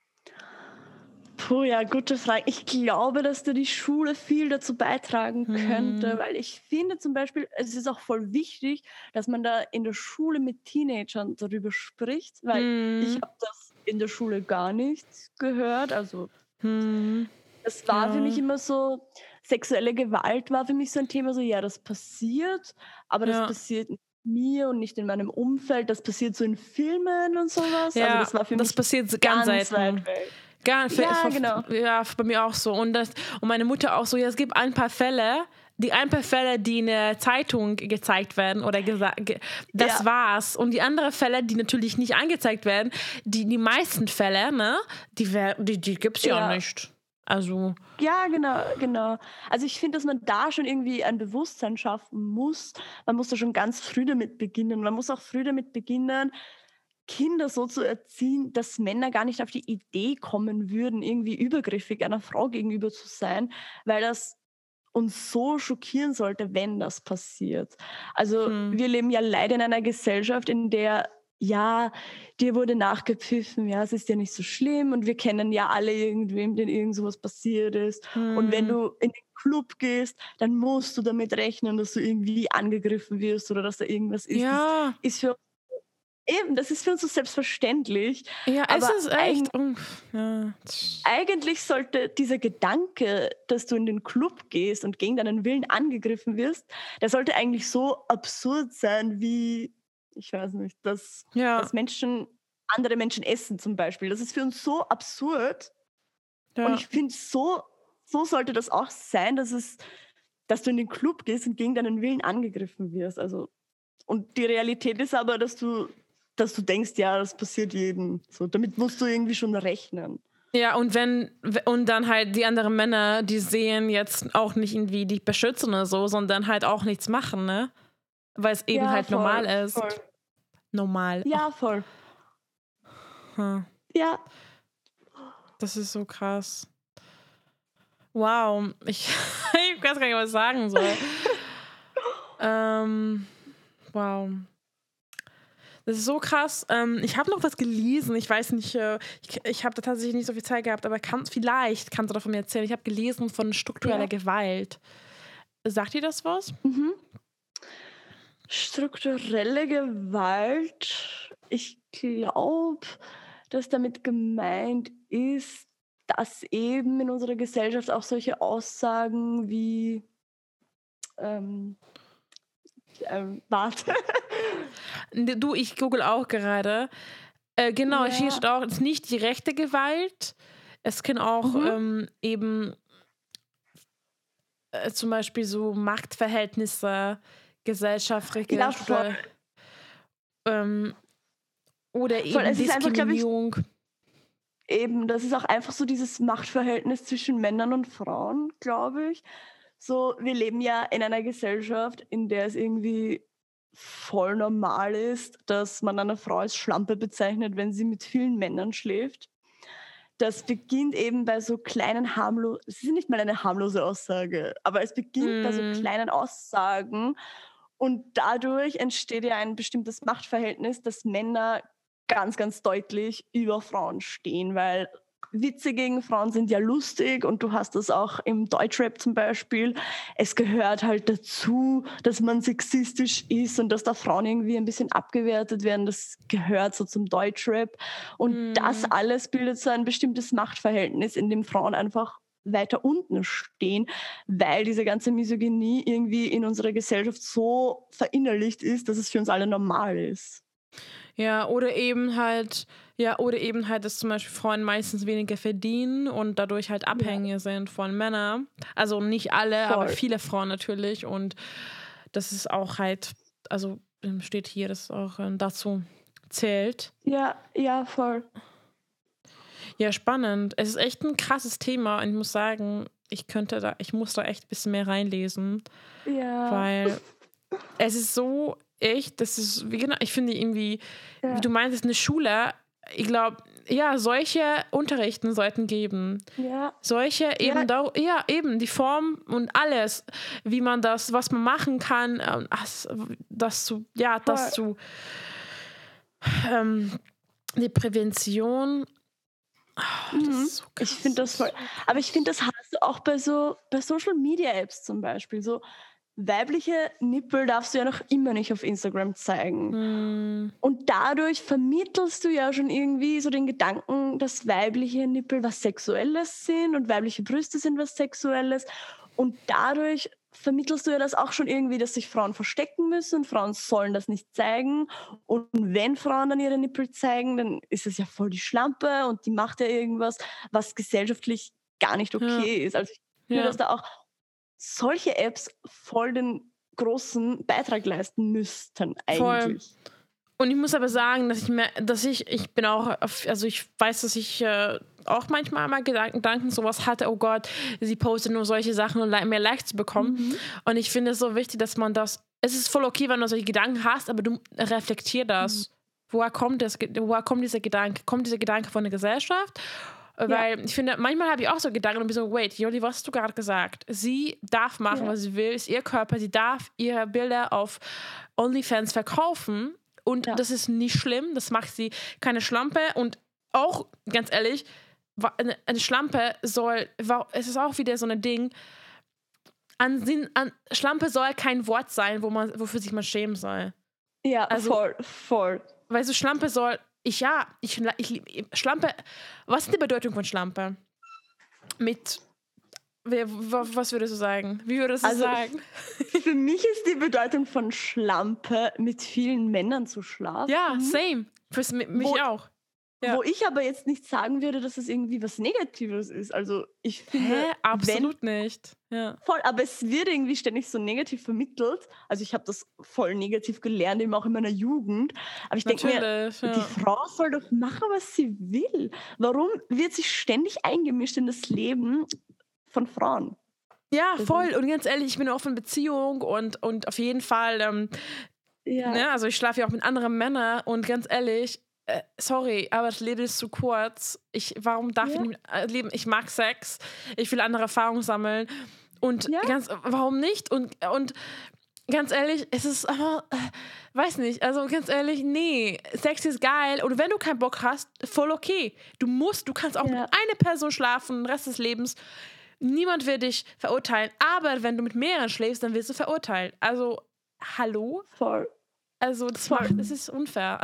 Puh, ja, gute Frage. Ich glaube, dass da die Schule viel dazu beitragen könnte, Hm. weil ich finde zum Beispiel, es ist auch voll wichtig, dass man da in der Schule mit Teenagern darüber spricht, weil ich Hm. habe das in der Schule gar nicht gehört. Also Hm. es war für mich Ja. immer so, sexuelle Gewalt war für mich so ein Thema, so ja, das passiert, aber das Ja. passiert nicht mir und nicht in meinem Umfeld, das passiert so in Filmen und sowas. Also Ja, das war für das mich passiert ganz ganz weit selten. weg. Gar, für, Ja, für, genau. ja, bei mir auch so. Und, das, und meine Mutter auch so, ja, es gibt ein paar Fälle, die ein paar Fälle, die in der Zeitung gezeigt werden oder gesagt, ge, das Ja. war's. Und die anderen Fälle, die natürlich nicht angezeigt werden, die, die meisten Fälle, ne, die, wär, die, die gibt's ja, Ja. nicht. Also, Ja, genau, genau. Also ich finde, dass man da schon irgendwie ein Bewusstsein schaffen muss. Man muss da schon ganz früh damit beginnen. Man muss auch früh damit beginnen, Kinder so zu erziehen, dass Männer gar nicht auf die Idee kommen würden, irgendwie übergriffig einer Frau gegenüber zu sein, weil das uns so schockieren sollte, wenn das passiert. Also hm. wir leben ja leider in einer Gesellschaft, in der, ja, dir wurde nachgepfiffen, ja, es ist ja nicht so schlimm und wir kennen ja alle irgendwem, den irgend sowas passiert ist. Hm. Und wenn du in den Club gehst, dann musst du damit rechnen, dass du irgendwie angegriffen wirst oder dass da irgendwas ist. Ja, Das ist für eben, das ist für uns so selbstverständlich. ja, es Aber ist eig echt. Oh, ja. eigentlich sollte dieser Gedanke, dass du in den Club gehst und gegen deinen Willen angegriffen wirst, der sollte eigentlich so absurd sein wie, ich weiß nicht, dass, Ja, dass Menschen andere Menschen essen zum Beispiel. Das ist für uns so absurd. Und ja. ich finde, so, so sollte das auch sein, dass es, dass du in den Club gehst und gegen deinen Willen angegriffen wirst. Also, und die Realität ist aber, dass du, dass du denkst, ja, das passiert jedem. So, damit musst du irgendwie schon rechnen. Ja, und wenn, und dann halt die anderen Männer, die sehen jetzt auch nicht irgendwie dich beschützen oder so, sondern halt auch nichts machen, ne? Weil es eben Ja, halt voll, normal ist. voll. Normal. Ja, voll. Hm, Ja, das ist so krass. Wow, ich, ich weiß gar nicht, was ich sagen soll. ähm, wow. Das ist so krass. Ähm, ich habe noch was gelesen. Ich weiß nicht, äh, ich, ich habe da tatsächlich nicht so viel Zeit gehabt, aber kann, vielleicht kannst du davon mir erzählen. Ich habe gelesen von struktureller Ja. Gewalt. Sagt dir das was? mhm. Strukturelle Gewalt. Ich glaube, dass damit gemeint ist, dass eben in unserer Gesellschaft auch solche Aussagen wie ähm, ähm, warte. Du, ich google auch gerade. Äh, genau, Ja. hier steht auch, es ist nicht die rechte Gewalt. Es kann auch Mhm. ähm, eben äh, zum Beispiel so Machtverhältnisse, gesellschaftliche Ja, oder, voll. ähm, oder Voll. eben Es ist einfach, glaube ich, Diskriminierung. eben, das ist auch einfach so dieses Machtverhältnis zwischen Männern und Frauen, glaube ich. So, wir leben ja in einer Gesellschaft, in der es irgendwie voll normal ist, dass man eine Frau als Schlampe bezeichnet, wenn sie mit vielen Männern schläft. Das beginnt eben bei so kleinen harmlosen, es ist nicht mal eine harmlose Aussage, aber es beginnt bei so Mm. kleinen Aussagen und dadurch entsteht ja ein bestimmtes Machtverhältnis, dass Männer ganz, ganz deutlich über Frauen stehen, weil Witze gegen Frauen sind ja lustig und du hast das auch im Deutschrap zum Beispiel. Es gehört halt dazu, dass man sexistisch ist und dass da Frauen irgendwie ein bisschen abgewertet werden. Das gehört so zum Deutschrap. Und Mm. das alles bildet so ein bestimmtes Machtverhältnis, in dem Frauen einfach weiter unten stehen, weil diese ganze Misogynie irgendwie in unserer Gesellschaft so verinnerlicht ist, dass es für uns alle normal ist. Ja, oder eben halt, ja, oder eben halt, dass zum Beispiel Frauen meistens weniger verdienen und dadurch halt Ja, abhängig sind von Männern. Also nicht alle, aber voll. viele Frauen natürlich. Und das ist auch halt, also ähm, steht hier, dass auch ähm, dazu zählt. Ja, ja, voll. Ja, spannend. Es ist echt ein krasses Thema und ich muss sagen, ich könnte da, ich muss da echt ein bisschen mehr reinlesen, Ja, weil es ist so echt, das ist, wie genau, ich finde irgendwie, wie ja, du meintest, eine Schule, ich glaube, ja, solche Unterrichten sollten geben. ja, Solche ja, eben, da, ja, eben, die Form und alles, wie man das, was man machen kann, ähm, das, das zu, ja, das voll. zu, ähm, die Prävention, ah, das Mhm. ist so Ich krass, finde das das voll. ist so Aber ich finde, krass. das hast du auch bei so bei Social Media Apps zum Beispiel. So weibliche Nippel darfst du ja noch immer nicht auf Instagram zeigen. Hm, Und dadurch vermittelst du ja schon irgendwie so den Gedanken, dass weibliche Nippel was Sexuelles sind und weibliche Brüste sind was Sexuelles. Und dadurch vermittelst du ja das auch schon irgendwie, dass sich Frauen verstecken müssen und Frauen sollen das nicht zeigen. Und wenn Frauen dann ihre Nippel zeigen, dann ist es ja voll die Schlampe und die macht ja irgendwas, was gesellschaftlich gar nicht ja, okay ist. Also ich finde, ja, dass da auch solche Apps voll den großen Beitrag leisten müssten voll. eigentlich. Und ich muss aber sagen, dass ich mehr, dass ich, ich bin auch, auf, also ich weiß, dass ich äh, auch manchmal mal Gedanken, Gedanken sowas hatte, oh Gott, sie postet nur solche Sachen, um mehr Likes zu bekommen. Mhm. Und ich finde es so wichtig, dass man das, es ist voll okay, wenn du solche Gedanken hast, aber du reflektier Mhm. das. Woher kommt das, woher kommt dieser Gedanke? Kommt dieser Gedanke von der Gesellschaft? Ja, Weil ich finde, manchmal habe ich auch so Gedanken und bin so, wait, Joli, was hast du gerade gesagt? Sie darf machen, ja, was sie will, ist ihr Körper, sie darf ihre Bilder auf OnlyFans verkaufen und ja, das ist nicht schlimm, das macht sie keine Schlampe und auch, ganz ehrlich, wa- eine, eine Schlampe soll, wa- es ist auch wieder so ein Ding, an, Sinn- an Schlampe soll kein Wort sein, wo man, wofür sich man schämen soll. ja, Also, voll, voll. weißt du, Schlampe soll, ich ja, ich, ich, lieb- Schlampe, was ist die Bedeutung von Schlampe? Mit, wer- wa- was würdest du sagen? Wie würdest du Also f- sagen? für mich ist die Bedeutung von Schlampe, mit vielen Männern zu Ja, schlafen, same. Fürs, mi- wo, mich auch. Ja. wo ich aber jetzt nicht sagen würde, dass es irgendwie was Negatives ist. Also ich finde, Hä? wenn Absolut nicht. Ja. voll, aber es wird irgendwie ständig so negativ vermittelt. Also ich habe das voll negativ gelernt, eben auch in meiner Jugend. Aber ich denke mir, Natürlich, die ja. Frau soll doch machen, was sie will. Warum wird sich ständig eingemischt in das Leben von Frauen? Ja, Das voll. ist, Und ganz ehrlich, ich bin auch in Beziehung und, und auf jeden Fall, ähm, ja, ne, also ich schlafe ja auch mit anderen Männern und ganz ehrlich, äh, sorry, aber das Leben ist zu kurz. Ich, warum darf ich ja, nicht äh, leben? Ich mag Sex, ich will andere Erfahrungen sammeln und ja, ganz, warum nicht? Und, und ganz ehrlich, es ist aber, äh, weiß nicht, also ganz ehrlich, nee, Sex ist geil und wenn du keinen Bock hast, voll okay. Du musst, du kannst auch mit ja, einer Person schlafen, den Rest des Lebens. Niemand wird dich verurteilen, aber wenn du mit mehreren schläfst, dann wirst du verurteilt. Also, hallo? voll, Also, das voll, macht, das ist unfair.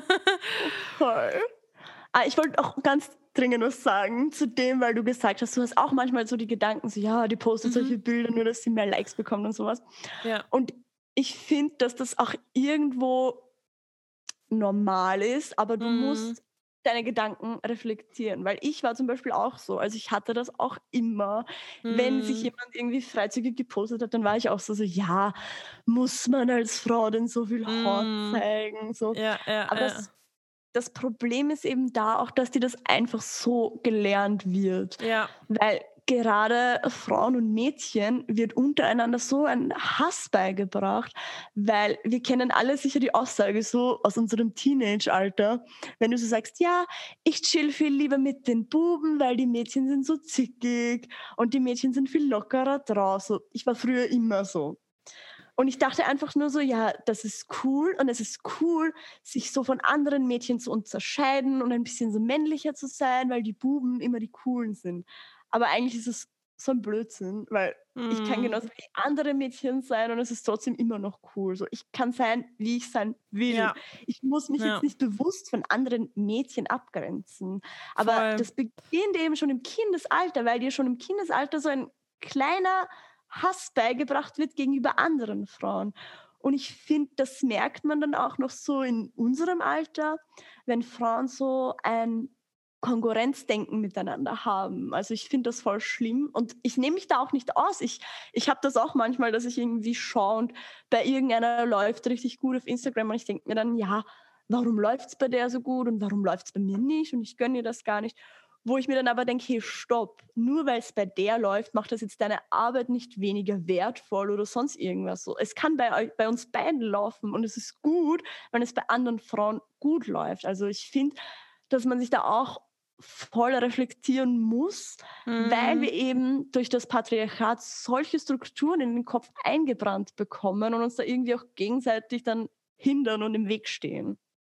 voll. Ah, ich wollte auch ganz dringend was sagen zu dem, weil du gesagt hast, du hast auch manchmal so die Gedanken, so ja, die postet solche Mhm. Bilder, nur dass sie mehr Likes bekommt und sowas. Ja. Und ich finde, dass das auch irgendwo normal ist, aber du Mhm. musst deine Gedanken reflektieren, weil ich war zum Beispiel auch so, also ich hatte das auch immer, wenn sich Mhm. jemand irgendwie freizügig gepostet hat, dann war ich auch so, so ja, muss man als Frau denn so viel Haut Mhm. zeigen, so. Ja, ja, Aber ja. das das Problem ist eben da auch, dass dir das einfach so gelernt wird. Ja, Weil gerade Frauen und Mädchen wird untereinander so ein Hass beigebracht, weil wir kennen alle sicher die Aussage so aus unserem Teenage-Alter, wenn du so sagst, ja, ich chill viel lieber mit den Buben, weil die Mädchen sind so zickig und die Mädchen sind viel lockerer drauf. So, ich war früher immer so. Und ich dachte einfach nur so, ja, das ist cool und es ist cool, sich so von anderen Mädchen zu unterscheiden und ein bisschen so männlicher zu sein, weil die Buben immer die Coolen sind. Aber eigentlich ist es so ein Blödsinn, weil ich kann mhm. genauso wie andere Mädchen sein und es ist trotzdem immer noch cool. So, ich kann sein, wie ich sein will. Ja, Ich muss mich jetzt ja, nicht bewusst von anderen Mädchen abgrenzen. Aber voll. das beginnt eben schon im Kindesalter, weil dir schon im Kindesalter so ein kleiner Hass beigebracht wird gegenüber anderen Frauen. Und ich finde, das merkt man dann auch noch so in unserem Alter, wenn Frauen so ein Konkurrenzdenken miteinander haben. Also ich finde das voll schlimm und ich nehme mich da auch nicht aus. Ich, ich habe das auch manchmal, dass ich irgendwie schaue und bei irgendeiner läuft richtig gut auf Instagram und ich denke mir dann, ja, warum läuft es bei der so gut und warum läuft es bei mir nicht und ich gönne ihr das gar nicht. Wo ich mir dann aber denke, hey, stopp, nur weil es bei der läuft, macht das jetzt deine Arbeit nicht weniger wertvoll oder sonst irgendwas so. Es kann bei, euch, bei uns beiden laufen und es ist gut, wenn es bei anderen Frauen gut läuft. Also ich finde, dass man sich da auch voll reflektieren muss, weil Mhm. wir eben durch das Patriarchat solche Strukturen in den Kopf eingebrannt bekommen und uns da irgendwie auch gegenseitig dann hindern und im Weg stehen.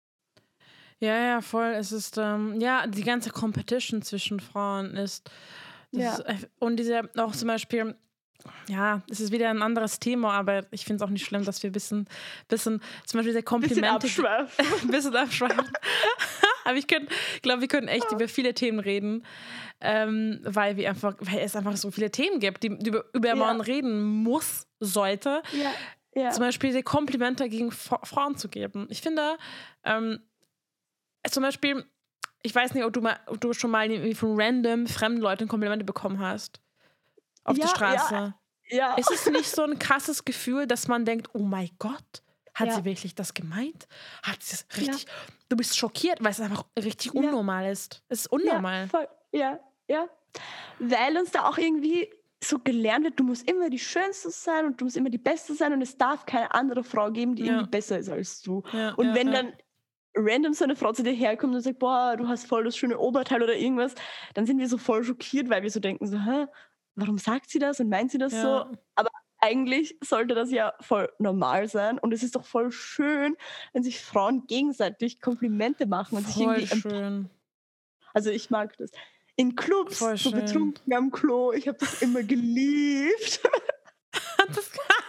Ja, ja, voll. Es ist, ähm, ja, die ganze Competition zwischen Frauen ist, das ist, Ja, eff- und diese, auch zum Beispiel, ja, es ist wieder ein anderes Thema, aber ich finde es auch nicht schlimm, dass wir ein bisschen, bisschen, zum Beispiel diese bisschen Komplimente, ge- abschweifen. ein bisschen abschweifen. Aber ich könnte, glaube, wir können echt über viele Themen reden, ähm, weil wir einfach, weil es einfach so viele Themen gibt, die, die über, über man Ja, reden muss, sollte. ja, Zum ja, Beispiel die Komplimente gegen Fra- Frauen zu geben. Ich finde, ähm, zum Beispiel, ich weiß nicht, ob du, mal, ob du schon mal irgendwie von random fremden Leuten Komplimente bekommen hast. Auf der ja, ja, Straße. ja, Ist es nicht so ein krasses Gefühl, dass man denkt, oh mein Gott, hat sie ja, wirklich das gemeint? Hat sie es ja, richtig? Du bist schockiert, weil es einfach richtig ja, unnormal ist. Es ist ja, unnormal. voll, ja, ja. Weil uns da auch irgendwie so gelernt wird, du musst immer die Schönste sein und du musst immer die Beste sein und es darf keine andere Frau geben, die irgendwie Ja, besser ist als du. ja, Und ja, wenn ja. dann random so eine Frau zu dir herkommt und sagt, boah, du hast voll das schöne Oberteil oder irgendwas, dann sind wir so voll schockiert, weil wir so denken so, hä, warum sagt sie das und meint sie das so? Ja, Aber eigentlich sollte das ja voll normal sein und es ist doch voll schön, wenn sich Frauen gegenseitig Komplimente machen und sich voll irgendwie, emp- schön. also ich mag das. In Clubs, Voll so schön. betrunken am Klo, ich habe das immer geliebt. Das,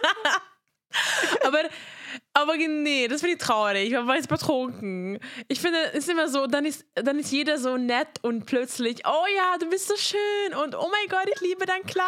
aber, aber nee, das finde ich traurig. Man war jetzt betrunken. Ich finde, es ist immer so, dann ist, dann ist jeder so nett und plötzlich, oh ja, du bist so schön und oh mein Gott, ich liebe dein Kleid.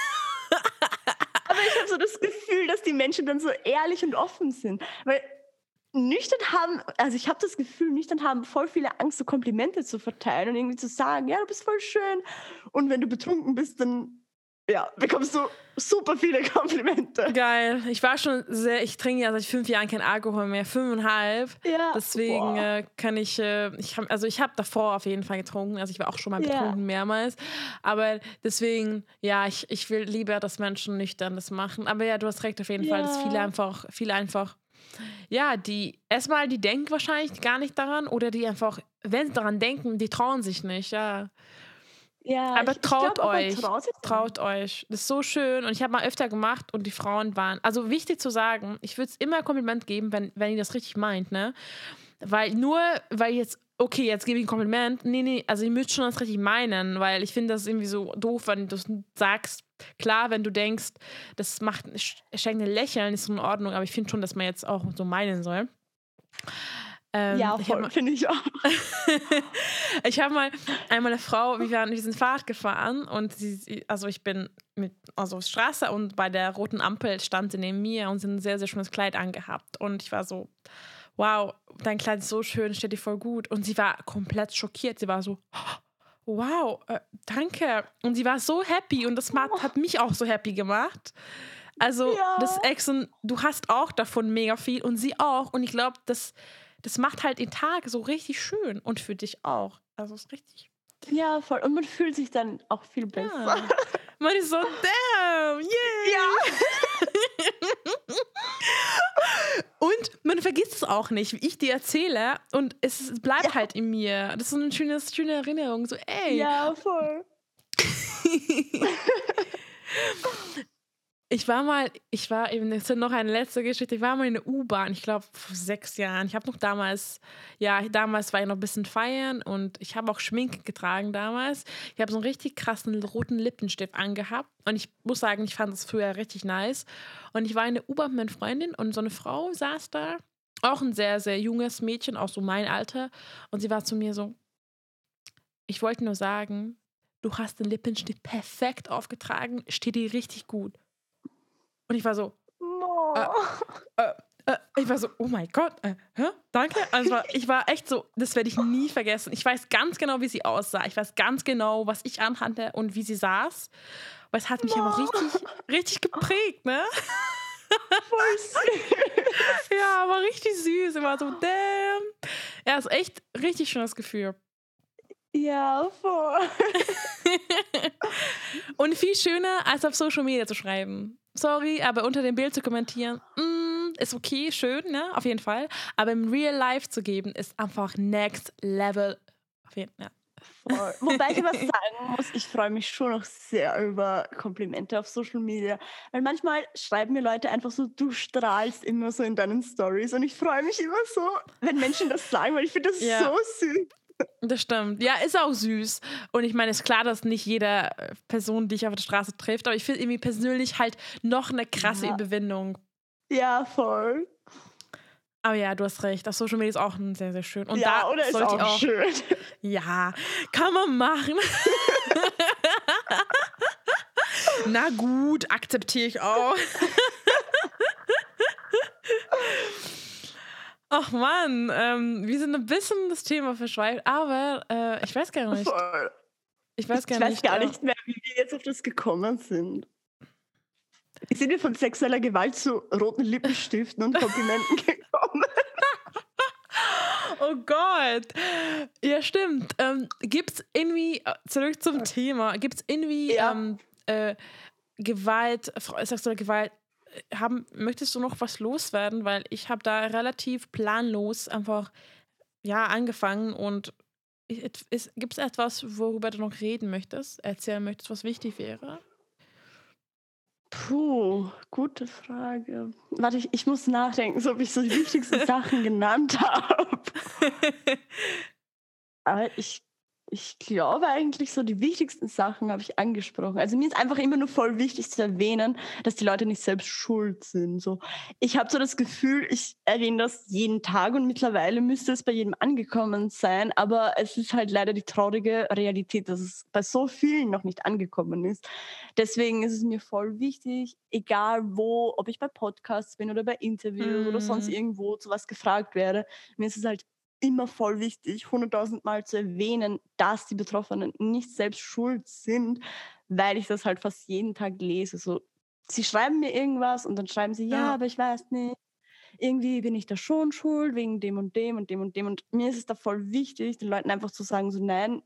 Aber ich habe so das Gefühl, dass die Menschen dann so ehrlich und offen sind. Weil nüchtern haben, also ich habe das Gefühl, nüchtern haben voll viele Angst, so Komplimente zu verteilen und irgendwie zu sagen, ja, du bist voll schön. Und wenn du betrunken bist, dann ja, bekommst du super viele Komplimente. Geil. Ich war schon sehr, ich trinke ja seit fünf Jahren kein Alkohol mehr, fünfeinhalb. Ja, Deswegen boah. äh, kann ich, äh, ich hab, also ich habe davor auf jeden Fall getrunken, also ich war auch schon mal Ja, betrunken mehrmals. Aber deswegen, ja, ich, ich will lieber, dass Menschen nüchtern das machen. Aber ja, du hast recht auf jeden Fall, dass viele ja, einfach, viele einfach, ja, die, erstmal, die denken wahrscheinlich gar nicht daran oder die einfach, wenn sie daran denken, die trauen sich nicht, ja. ja, Aber ich, ich traut glaube auch, man euch, traut sich dann traut nicht. euch. Das ist so schön. Und ich habe mal öfter gemacht und die Frauen waren. Also wichtig zu sagen, ich würde es immer ein Kompliment geben, wenn, wenn ihr das richtig meint, ne? Weil nur, weil jetzt, okay, jetzt gebe ich ein Kompliment. Nee, nee, also ihr müsst schon das richtig meinen, weil ich finde, das ist irgendwie so doof, wenn du es sagst. Klar, wenn du denkst, das macht, schenkt ein Lächeln, ist so in Ordnung, aber ich finde schon, dass man jetzt auch so meinen soll. Ähm, Ja, ich habe voll, mal, finde ich auch. ich habe mal einmal eine Frau, wir, waren, wir sind Fahrrad gefahren und sie, sie- also ich bin mit, also auf der Straße und bei der roten Ampel stand sie neben mir und sie hat ein sehr, sehr schönes Kleid angehabt. Und ich war so, wow, dein Kleid ist so schön, steht dir voll gut. Und sie war komplett schockiert. Sie war so, wow, äh, danke. Und sie war so happy und das macht, hat mich auch so happy gemacht. Also, das Ja, Exen, du hast auch davon mega viel und sie auch. Und ich glaube, das, das macht halt den Tag so richtig schön und für dich auch. Also, es ist richtig, ja, voll. Und man fühlt sich dann auch viel besser. ja. Man ist so, damn, Ja, yay. Und man vergisst es auch nicht, wie ich dir erzähle. Und es bleibt ja, halt in mir. Das ist so eine schöne, schöne Erinnerung. So, ey. ja, voll. Ich war mal, ich war eben, das ist noch eine letzte Geschichte, ich war mal in der U-Bahn, ich glaube vor sechs Jahren. Ich habe noch damals, ja, damals war ich noch ein bisschen feiern und ich habe auch Schminke getragen damals. Ich habe so einen richtig krassen roten Lippenstift angehabt und ich muss sagen, ich fand das früher richtig nice. Und ich war in der U-Bahn mit meiner Freundin und so eine Frau saß da, auch ein sehr, sehr junges Mädchen, auch so mein Alter. Und sie war zu mir so, ich wollte nur sagen, du hast den Lippenstift perfekt aufgetragen, steht dir richtig gut. Und ich war so, äh, äh, äh, ich war so, oh mein Gott, äh, hä? Danke. Also ich war echt so, das werde ich nie vergessen. Ich weiß ganz genau, wie sie aussah. Ich weiß ganz genau, was ich anhatte und wie sie saß. Aber es hat mich einfach richtig, richtig geprägt, ne? Voll süß. Ja, aber richtig süß. Ich war so, damn. Ja, ist echt richtig schönes Gefühl. Ja, voll. Und viel schöner, als auf Social Media zu schreiben. Sorry, aber unter dem Bild zu kommentieren, mm, ist okay, schön, ne? Auf jeden Fall. Aber im Real Life zu geben, ist einfach next level. Auf jeden Fall. Voll. Wobei ich aber sagen muss, ich freue mich schon noch sehr über Komplimente auf Social Media. Weil manchmal schreiben mir Leute einfach so, du strahlst immer so in deinen Stories. Und ich freue mich immer so, wenn Menschen das sagen, weil ich finde das Ja. so süß. Das stimmt. Ja, ist auch süß. Und ich meine, es ist klar, dass nicht jede Person dich auf der Straße trifft, aber ich finde irgendwie persönlich halt noch eine krasse Ja. Überwindung. Ja, voll. Aber ja, du hast recht. Auf Social Media ist auch ein sehr, sehr schön. Und ja, da oder ist sollte auch, ich auch schön. Ja, kann man machen. Na gut, akzeptiere ich auch. Ach Mann, ähm, wir sind ein bisschen das Thema verschweift, aber äh, ich weiß gar nicht. Voll. Ich weiß Ich gar weiß nicht. gar äh, nicht mehr, wie wir jetzt auf das gekommen sind. Sind wir von sexueller Gewalt zu roten Lippenstiften und Komplimenten gekommen? Oh Gott. Ja, stimmt. Ähm, gibt es irgendwie, äh, zurück zum Thema, gibt es irgendwie Ja. ähm, äh, Gewalt, Fra- sexuelle Gewalt, äh, haben, möchtest du noch was loswerden? Weil ich habe da relativ planlos einfach, ja, angefangen und gibt es etwas, worüber du noch reden möchtest, erzählen möchtest, was wichtig wäre? Puh, gute Frage. Warte, ich, ich muss nachdenken, so ob ich so die wichtigsten Sachen genannt habe. Aber ich, ich glaube eigentlich, so die wichtigsten Sachen habe ich angesprochen. Also mir ist einfach immer nur voll wichtig zu erwähnen, dass die Leute nicht selbst schuld sind. So, ich habe so das Gefühl, ich erwähne das jeden Tag und mittlerweile müsste es bei jedem angekommen sein. Aber es ist halt leider die traurige Realität, dass es bei so vielen noch nicht angekommen ist. Deswegen ist es mir voll wichtig, egal wo, ob ich bei Podcasts bin oder bei Interviews oder sonst Mm. irgendwo zu was gefragt werde, mir ist es halt immer voll wichtig, hunderttausend Mal zu erwähnen, dass die Betroffenen nicht selbst schuld sind, weil ich das halt fast jeden Tag lese. So, sie schreiben mir irgendwas und dann schreiben sie, ja, Ja. aber ich weiß nicht, irgendwie bin ich da schon schuld, wegen dem und dem und dem und dem. Und mir ist es da voll wichtig, den Leuten einfach zu sagen, so nein,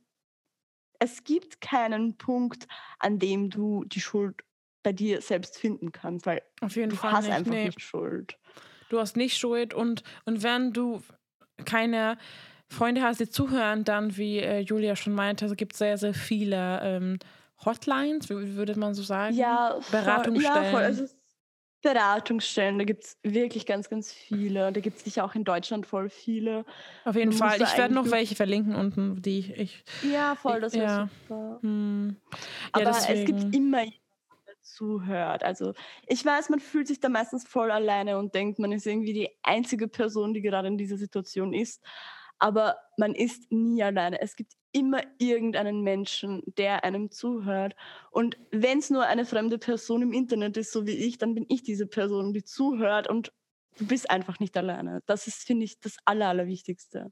es gibt keinen Punkt, an dem du die Schuld bei dir selbst finden kannst, weil Auf jeden du Fall hast nicht. einfach Nee. nicht Schuld. Du hast nicht Schuld und, und wenn du keine Freunde hast, die zuhören, dann, wie äh, Julia schon meinte, es gibt sehr, sehr viele ähm, Hotlines, wie würde man so sagen? Ja, voll, Beratungsstellen. ja, voll. Also Beratungsstellen, da gibt es wirklich ganz, ganz viele. Da gibt es sicher auch in Deutschland voll viele. Auf jeden Man muss Fall. da Ich werde eigentlich noch nur- welche verlinken unten, die ich. ich Ja, voll, das wäre ja. super. Hm. Ja, Aber deswegen. es gibt immer jemanden, der zuhört. Also ich weiß, man fühlt sich da meistens voll alleine und denkt, man ist irgendwie die einzige Person, die gerade in dieser Situation ist. Aber man ist nie alleine. Es gibt immer irgendeinen Menschen, der einem zuhört. Und wenn es nur eine fremde Person im Internet ist, so wie ich, dann bin ich diese Person, die zuhört und du bist einfach nicht alleine. Das ist, finde ich, das Aller, Allerwichtigste.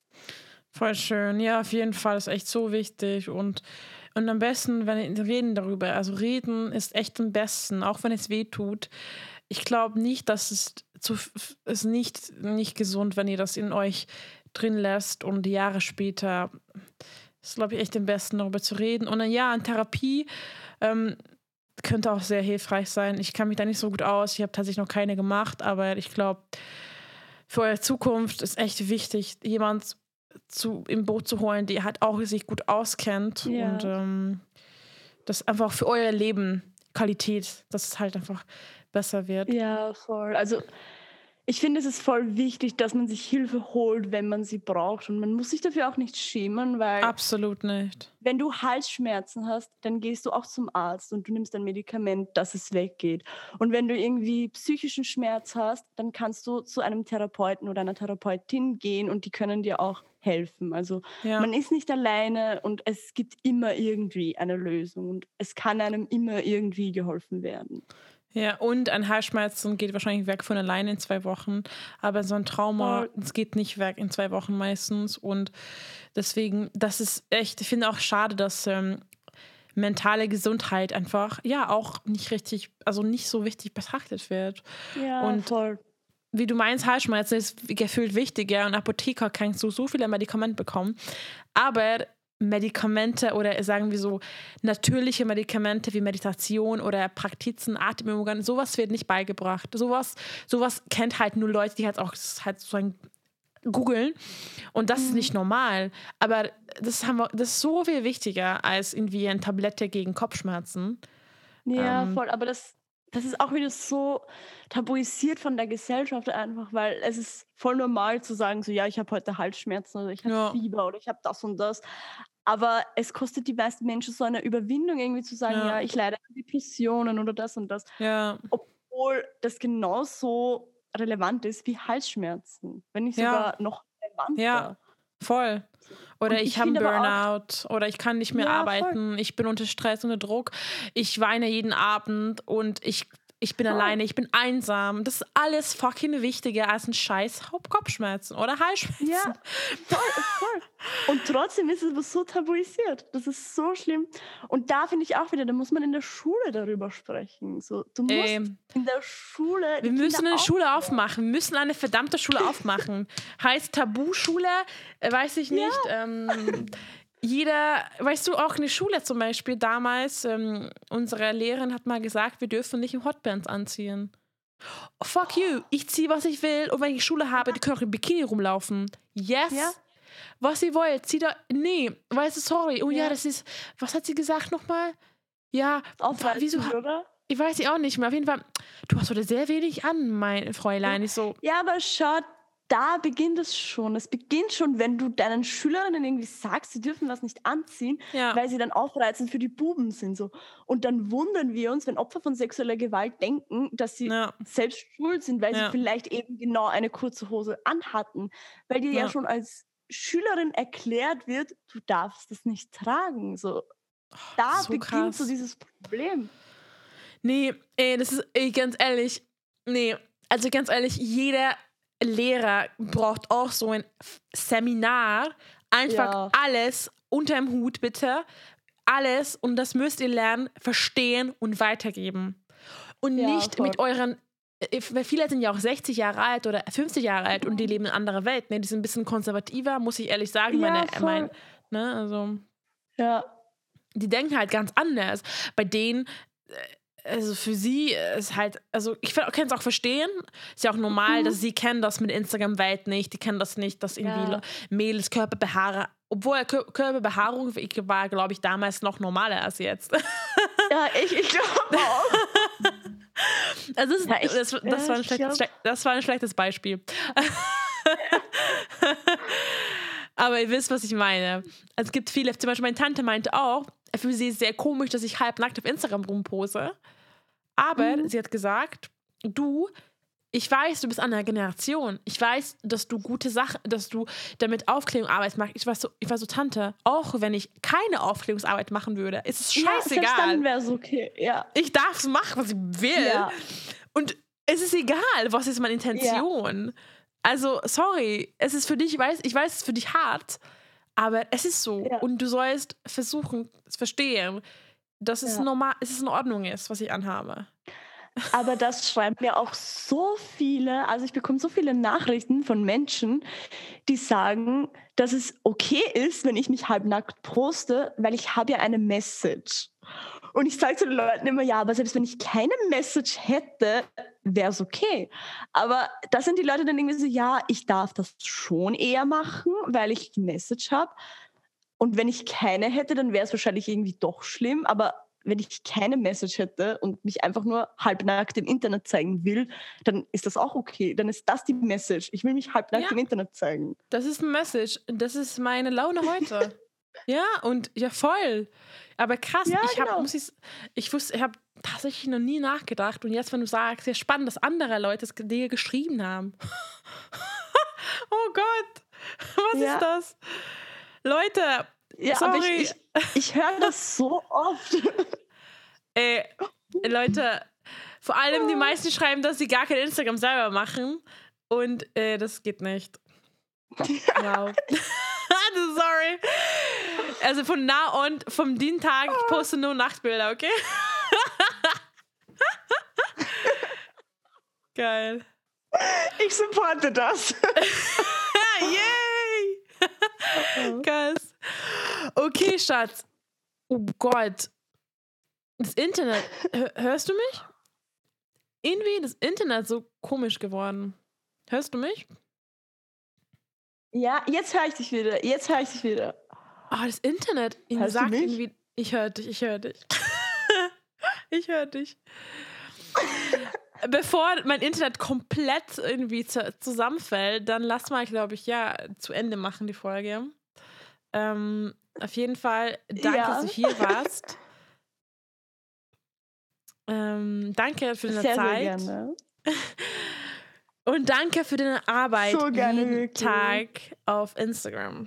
Voll schön. Ja, auf jeden Fall ist echt so wichtig. Und, und am besten, wenn wir reden darüber. Also reden ist echt am besten, auch wenn es weh tut. Ich glaube nicht, dass es zu ist nicht, nicht gesund, wenn ihr das in euch drin lässt und Jahre später ist, glaube ich, echt am besten, darüber zu reden. Und dann ja, in Therapie ähm, könnte auch sehr hilfreich sein. Ich kann mich da nicht so gut aus. Ich habe tatsächlich noch keine gemacht, aber ich glaube, für eure Zukunft ist echt wichtig, jemand zu, im Boot zu holen, die halt auch sich gut auskennt Ja. und ähm, das einfach für euer Leben Qualität, dass es halt einfach besser wird. Ja, voll. Also ich finde, es ist voll wichtig, dass man sich Hilfe holt, wenn man sie braucht. Und man muss sich dafür auch nicht schämen, weil Absolut nicht. wenn du Halsschmerzen hast, dann gehst du auch zum Arzt und du nimmst ein Medikament, dass es weggeht. Und wenn du irgendwie psychischen Schmerz hast, dann kannst du zu einem Therapeuten oder einer Therapeutin gehen und die können dir auch helfen. Also Ja. man ist nicht alleine und es gibt immer irgendwie eine Lösung und es kann einem immer irgendwie geholfen werden. Ja, und ein Halsschmerzen geht wahrscheinlich weg von alleine in zwei Wochen. Aber so ein Trauma, es geht nicht weg in zwei Wochen meistens. Und deswegen, das ist echt, ich finde auch schade, dass ähm, mentale Gesundheit einfach, ja, auch nicht richtig, also nicht so wichtig betrachtet wird. Ja, und voll. Wie du meinst, Halsschmerzen ist gefühlt wichtiger und Apotheker kannst du so viele Medikamente bekommen. Aber Medikamente oder sagen wir so natürliche Medikamente wie Meditation oder Praktizen, Atemübungen, sowas wird nicht beigebracht. Sowas, sowas kennt halt nur Leute, die halt auch halt so ein googeln und das mhm. ist nicht normal. Aber das, haben wir, das ist so viel wichtiger als irgendwie eine Tablette gegen Kopfschmerzen. Ja, ähm, voll, aber das, das ist auch wieder so tabuisiert von der Gesellschaft einfach, weil es ist voll normal zu sagen, so ja, ich habe heute Halsschmerzen oder ich habe ja. Fieber oder ich habe das und das. Aber es kostet die meisten Menschen so eine Überwindung, irgendwie zu sagen, ja, Ja. ich leide an Depressionen oder das und das. Ja. Obwohl das genauso relevant ist wie Halsschmerzen, wenn nicht Ja. sogar noch relevanter. Ja, voll. Oder Und ich, ich habe einen finde aber auch- Burnout oder ich kann nicht mehr Ja, arbeiten, ich bin unter Stress, unter Druck, ich weine jeden Abend und ich, ich bin Voll. alleine, ich bin einsam. Das ist alles fucking wichtiger als ein scheiß Hauptkopfschmerzen oder Halsschmerzen. Ja, voll, voll. Und trotzdem ist es aber so tabuisiert. Das ist so schlimm. Und da finde ich auch wieder, da muss man in der Schule darüber sprechen. So, du musst Ähm, in der Schule. Wir müssen eine Schule aufmachen. Wir müssen eine verdammte Schule aufmachen. Heißt Tabuschule, äh, weiß ich nicht. Ja. Ähm, jeder, weißt du, auch eine Schule zum Beispiel damals, ähm, unsere Lehrerin hat mal gesagt, wir dürfen nicht im Hotpants anziehen. Oh, fuck you, ich ziehe, was ich will und wenn ich Schule habe, die können auch im Bikini rumlaufen. Yes. Ja. Was ihr wollt, zieh da, nee, weißt du, sorry. Oh ja, ja das ist, was hat sie gesagt nochmal? Ja, wieso, oder? Ich weiß sie auch nicht mehr. Auf jeden Fall, du hast heute sehr wenig an, mein Fräulein. Ja, ich so, ja aber schau, da beginnt es schon. Es beginnt schon, wenn du deinen Schülerinnen irgendwie sagst, sie dürfen was nicht anziehen, ja. weil sie dann aufreizend für die Buben sind. So. Und dann wundern wir uns, wenn Opfer von sexueller Gewalt denken, dass sie ja. selbst schuld sind, weil ja. sie vielleicht eben genau eine kurze Hose anhatten. Weil dir ja, ja schon als Schülerin erklärt wird, du darfst das nicht tragen. So. Da so beginnt krass. so dieses Problem. Nee, ey, das ist, ey, ganz ehrlich, nee, also ganz ehrlich, jeder Lehrer braucht auch so ein Seminar, einfach ja. alles unter dem Hut, bitte, alles, und das müsst ihr lernen, verstehen und weitergeben. Und ja, nicht voll. Mit euren, weil viele sind ja auch sechzig Jahre alt oder fünfzig Jahre alt und die leben in einer anderen Welt, ne? Die sind ein bisschen konservativer, muss ich ehrlich sagen, ja, meine, mein, ne, also, ja. die denken halt ganz anders. Bei denen, also für sie ist halt, also ich kann es auch verstehen, ist ja auch normal, mhm. dass sie kennen das mit Instagram-Welt nicht, die kennen das nicht, dass irgendwie ja. Mädels Körperbehaarung, obwohl Körperbehaarung war, glaube ich, damals noch normaler als jetzt. Ja, ich, ich glaube auch. Also das, ja, ich, das, das, ja, war ein schlechtes, das war ein schlechtes Beispiel. Aber ihr wisst, was ich meine. Es gibt viele, zum Beispiel meine Tante meinte auch, für sie ist es sehr komisch, dass ich halbnackt auf Instagram rumpose. Aber mhm. sie hat gesagt, du, ich weiß, du bist einer Generation. Ich weiß, dass du gute Sachen, dass du damit Aufklärungsarbeit machst. Ich war so, ich war so, Tante, auch wenn ich keine Aufklärungsarbeit machen würde, ist es scheißegal. Ja, dann wäre es okay, ja. Ich darf es machen, was ich will. Ja. Und es ist egal, was ist meine Intention. Ja. Also, sorry, es ist für dich, ich weiß, ich weiß, es ist für dich hart, aber es ist so. Ja. Und du sollst versuchen, zu verstehen, dass es ja. normal, dass es in Ordnung ist, was ich anhabe. Aber das schreiben mir auch so viele, also ich bekomme so viele Nachrichten von Menschen, die sagen, dass es okay ist, wenn ich mich halbnackt poste, weil ich habe ja eine Message. Und ich sage zu den Leuten immer, ja, aber selbst wenn ich keine Message hätte, wäre es okay. Aber da sind die Leute dann irgendwie so, ja, ich darf das schon eher machen, weil ich die Message habe. Und wenn ich keine hätte, dann wäre es wahrscheinlich irgendwie doch schlimm. Aber wenn ich keine Message hätte und mich einfach nur halbnackt im Internet zeigen will, dann ist das auch okay. Dann ist das die Message. Ich will mich halbnackt ja. im Internet zeigen. Das ist eine Message. Das ist meine Laune heute. Ja, und ja, voll. Aber krass, ja, ich habe, genau. muss ich, ich wusste, ich habe tatsächlich noch nie nachgedacht. Und jetzt, wenn du sagst, ja spannend, dass andere Leute es dir geschrieben haben. Oh Gott, was ja. ist das? Leute, ja, sorry. Aber ich, ich, ich höre das so oft. Ey, Leute, Vor allem die meisten schreiben, dass sie gar kein Instagram selber machen. Und äh, das geht nicht. Wow. Sorry. Also von now on, vom den Tag, ich poste nur Nachtbilder, okay? Geil. Ich supporte das. Yay! Krass. Okay, Schatz. Oh Gott. Das Internet. Hörst du mich? Irgendwie das Internet so komisch geworden. Hörst du mich? Ja, jetzt höre ich dich wieder. Jetzt höre ich dich wieder. Oh, das Internet Hörst sagt du mich? irgendwie. Ich höre dich, ich höre dich. Ich höre dich. Bevor mein Internet komplett irgendwie zu, zusammenfällt, dann lass mal, glaube ich, ja, zu Ende machen, die Folge. Ähm, auf jeden Fall, danke, Ja. dass du hier warst. Ähm, danke für deine Sehr, Zeit. sehr gerne. Und danke für deine Arbeit So gerne, jeden wirklich. Tag auf Instagram.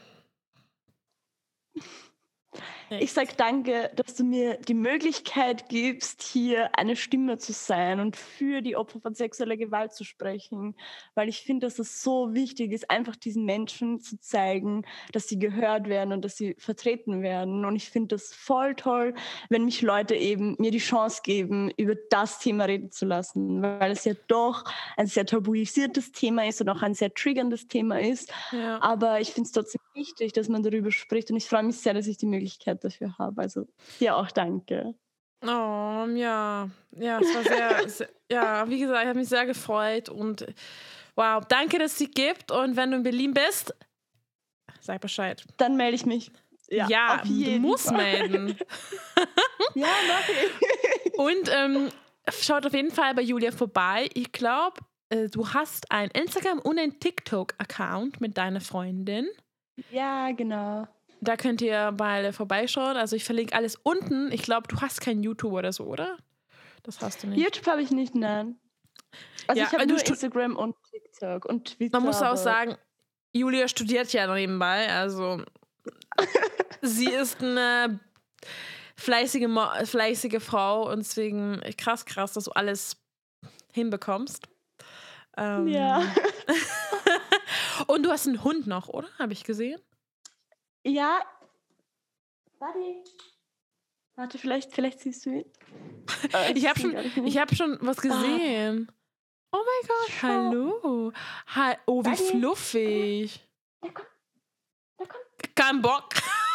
Ich sage danke, dass du mir die Möglichkeit gibst, hier eine Stimme zu sein und für die Opfer von sexueller Gewalt zu sprechen, weil ich finde, dass es so wichtig ist, einfach diesen Menschen zu zeigen, dass sie gehört werden und dass sie vertreten werden. Und ich finde das voll toll, wenn mich Leute eben mir die Chance geben, über das Thema reden zu lassen, weil es ja doch ein sehr tabuisiertes Thema ist und auch ein sehr triggerndes Thema ist. Ja. Aber ich finde es trotzdem wichtig, dass man darüber spricht und ich freue mich sehr, dass ich die Möglichkeit dafür habe. Also dir auch danke. Oh, ja. Ja, es war sehr, sehr ja, wie gesagt, ich habe mich sehr gefreut und wow, danke, dass es sie gibt und wenn du in Berlin bist, sag Bescheid. Dann melde ich mich. Ja, Ja, auf du jeden musst Fall. melden. Ja, mach ich. Und ähm, schaut auf jeden Fall bei Julia vorbei. Ich glaube, äh, du hast ein Instagram und ein TikTok-Account mit deiner Freundin. Ja, genau. Da könnt ihr mal vorbeischauen. Also ich verlinke alles unten. Ich glaube, du hast kein YouTube oder so, oder? Das hast du nicht. YouTube habe ich nicht, nein. Also Ja, ich habe du nur stu- Instagram und TikTok und Twitter. Man muss auch aber- sagen, Julia studiert ja nebenbei. Also sie ist eine fleißige, Mo- fleißige Frau und deswegen krass, krass, dass du alles hinbekommst. Ähm, Ja. Und du hast einen Hund noch, oder? Habe ich gesehen. Ja. Warte. Warte, vielleicht, vielleicht siehst du ihn. Äh, Ich habe sehe ihn schon, gar nicht mehr. ich hab schon was gesehen. Oh mein Gott, Schau. hallo. Ha oh, wie Daddy. fluffig. Ja, komm. Ja, komm. Kein Bock.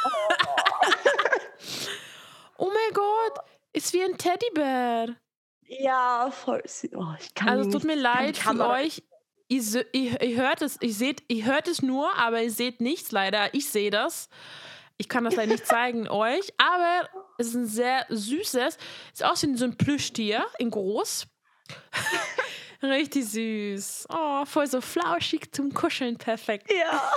Oh mein Gott, ist wie ein Teddybär. Ja, voll. süß. Oh, ich kann Also ihn es tut nicht- mir ich kann die leid für Kamera- euch. Ihr, se- ihr, ihr hört es, ihr seht, ihr hört es nur, aber ihr seht nichts leider. Ich sehe das. Ich kann das leider nicht zeigen euch, aber es ist ein sehr süßes. Ist auch so ein Plüschtier in groß. Richtig süß. Oh, voll so flauschig zum Kuscheln, perfekt. Ja.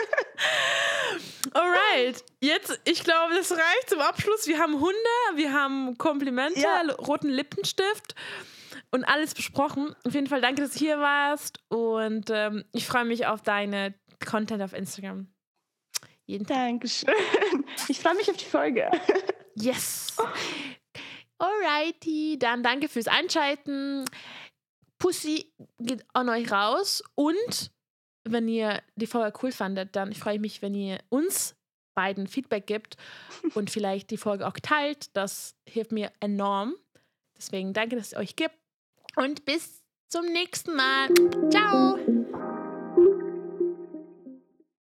Alright, jetzt, ich glaube, das reicht zum Abschluss. Wir haben Hunde, wir haben Komplimente, Ja. roten Lippenstift und alles besprochen. Auf jeden Fall danke, dass du hier warst und ähm, ich freue mich auf deine Content auf Instagram. Jeden Tag. Dankeschön. Ich freue mich auf die Folge. Yes. Alrighty, dann danke fürs Einschalten. Pussy geht an euch raus und wenn ihr die Folge cool fandet, dann freue ich mich, wenn ihr uns beiden Feedback gibt und vielleicht die Folge auch teilt. Das hilft mir enorm. Deswegen danke, dass es euch gibt und bis zum nächsten Mal. Ciao!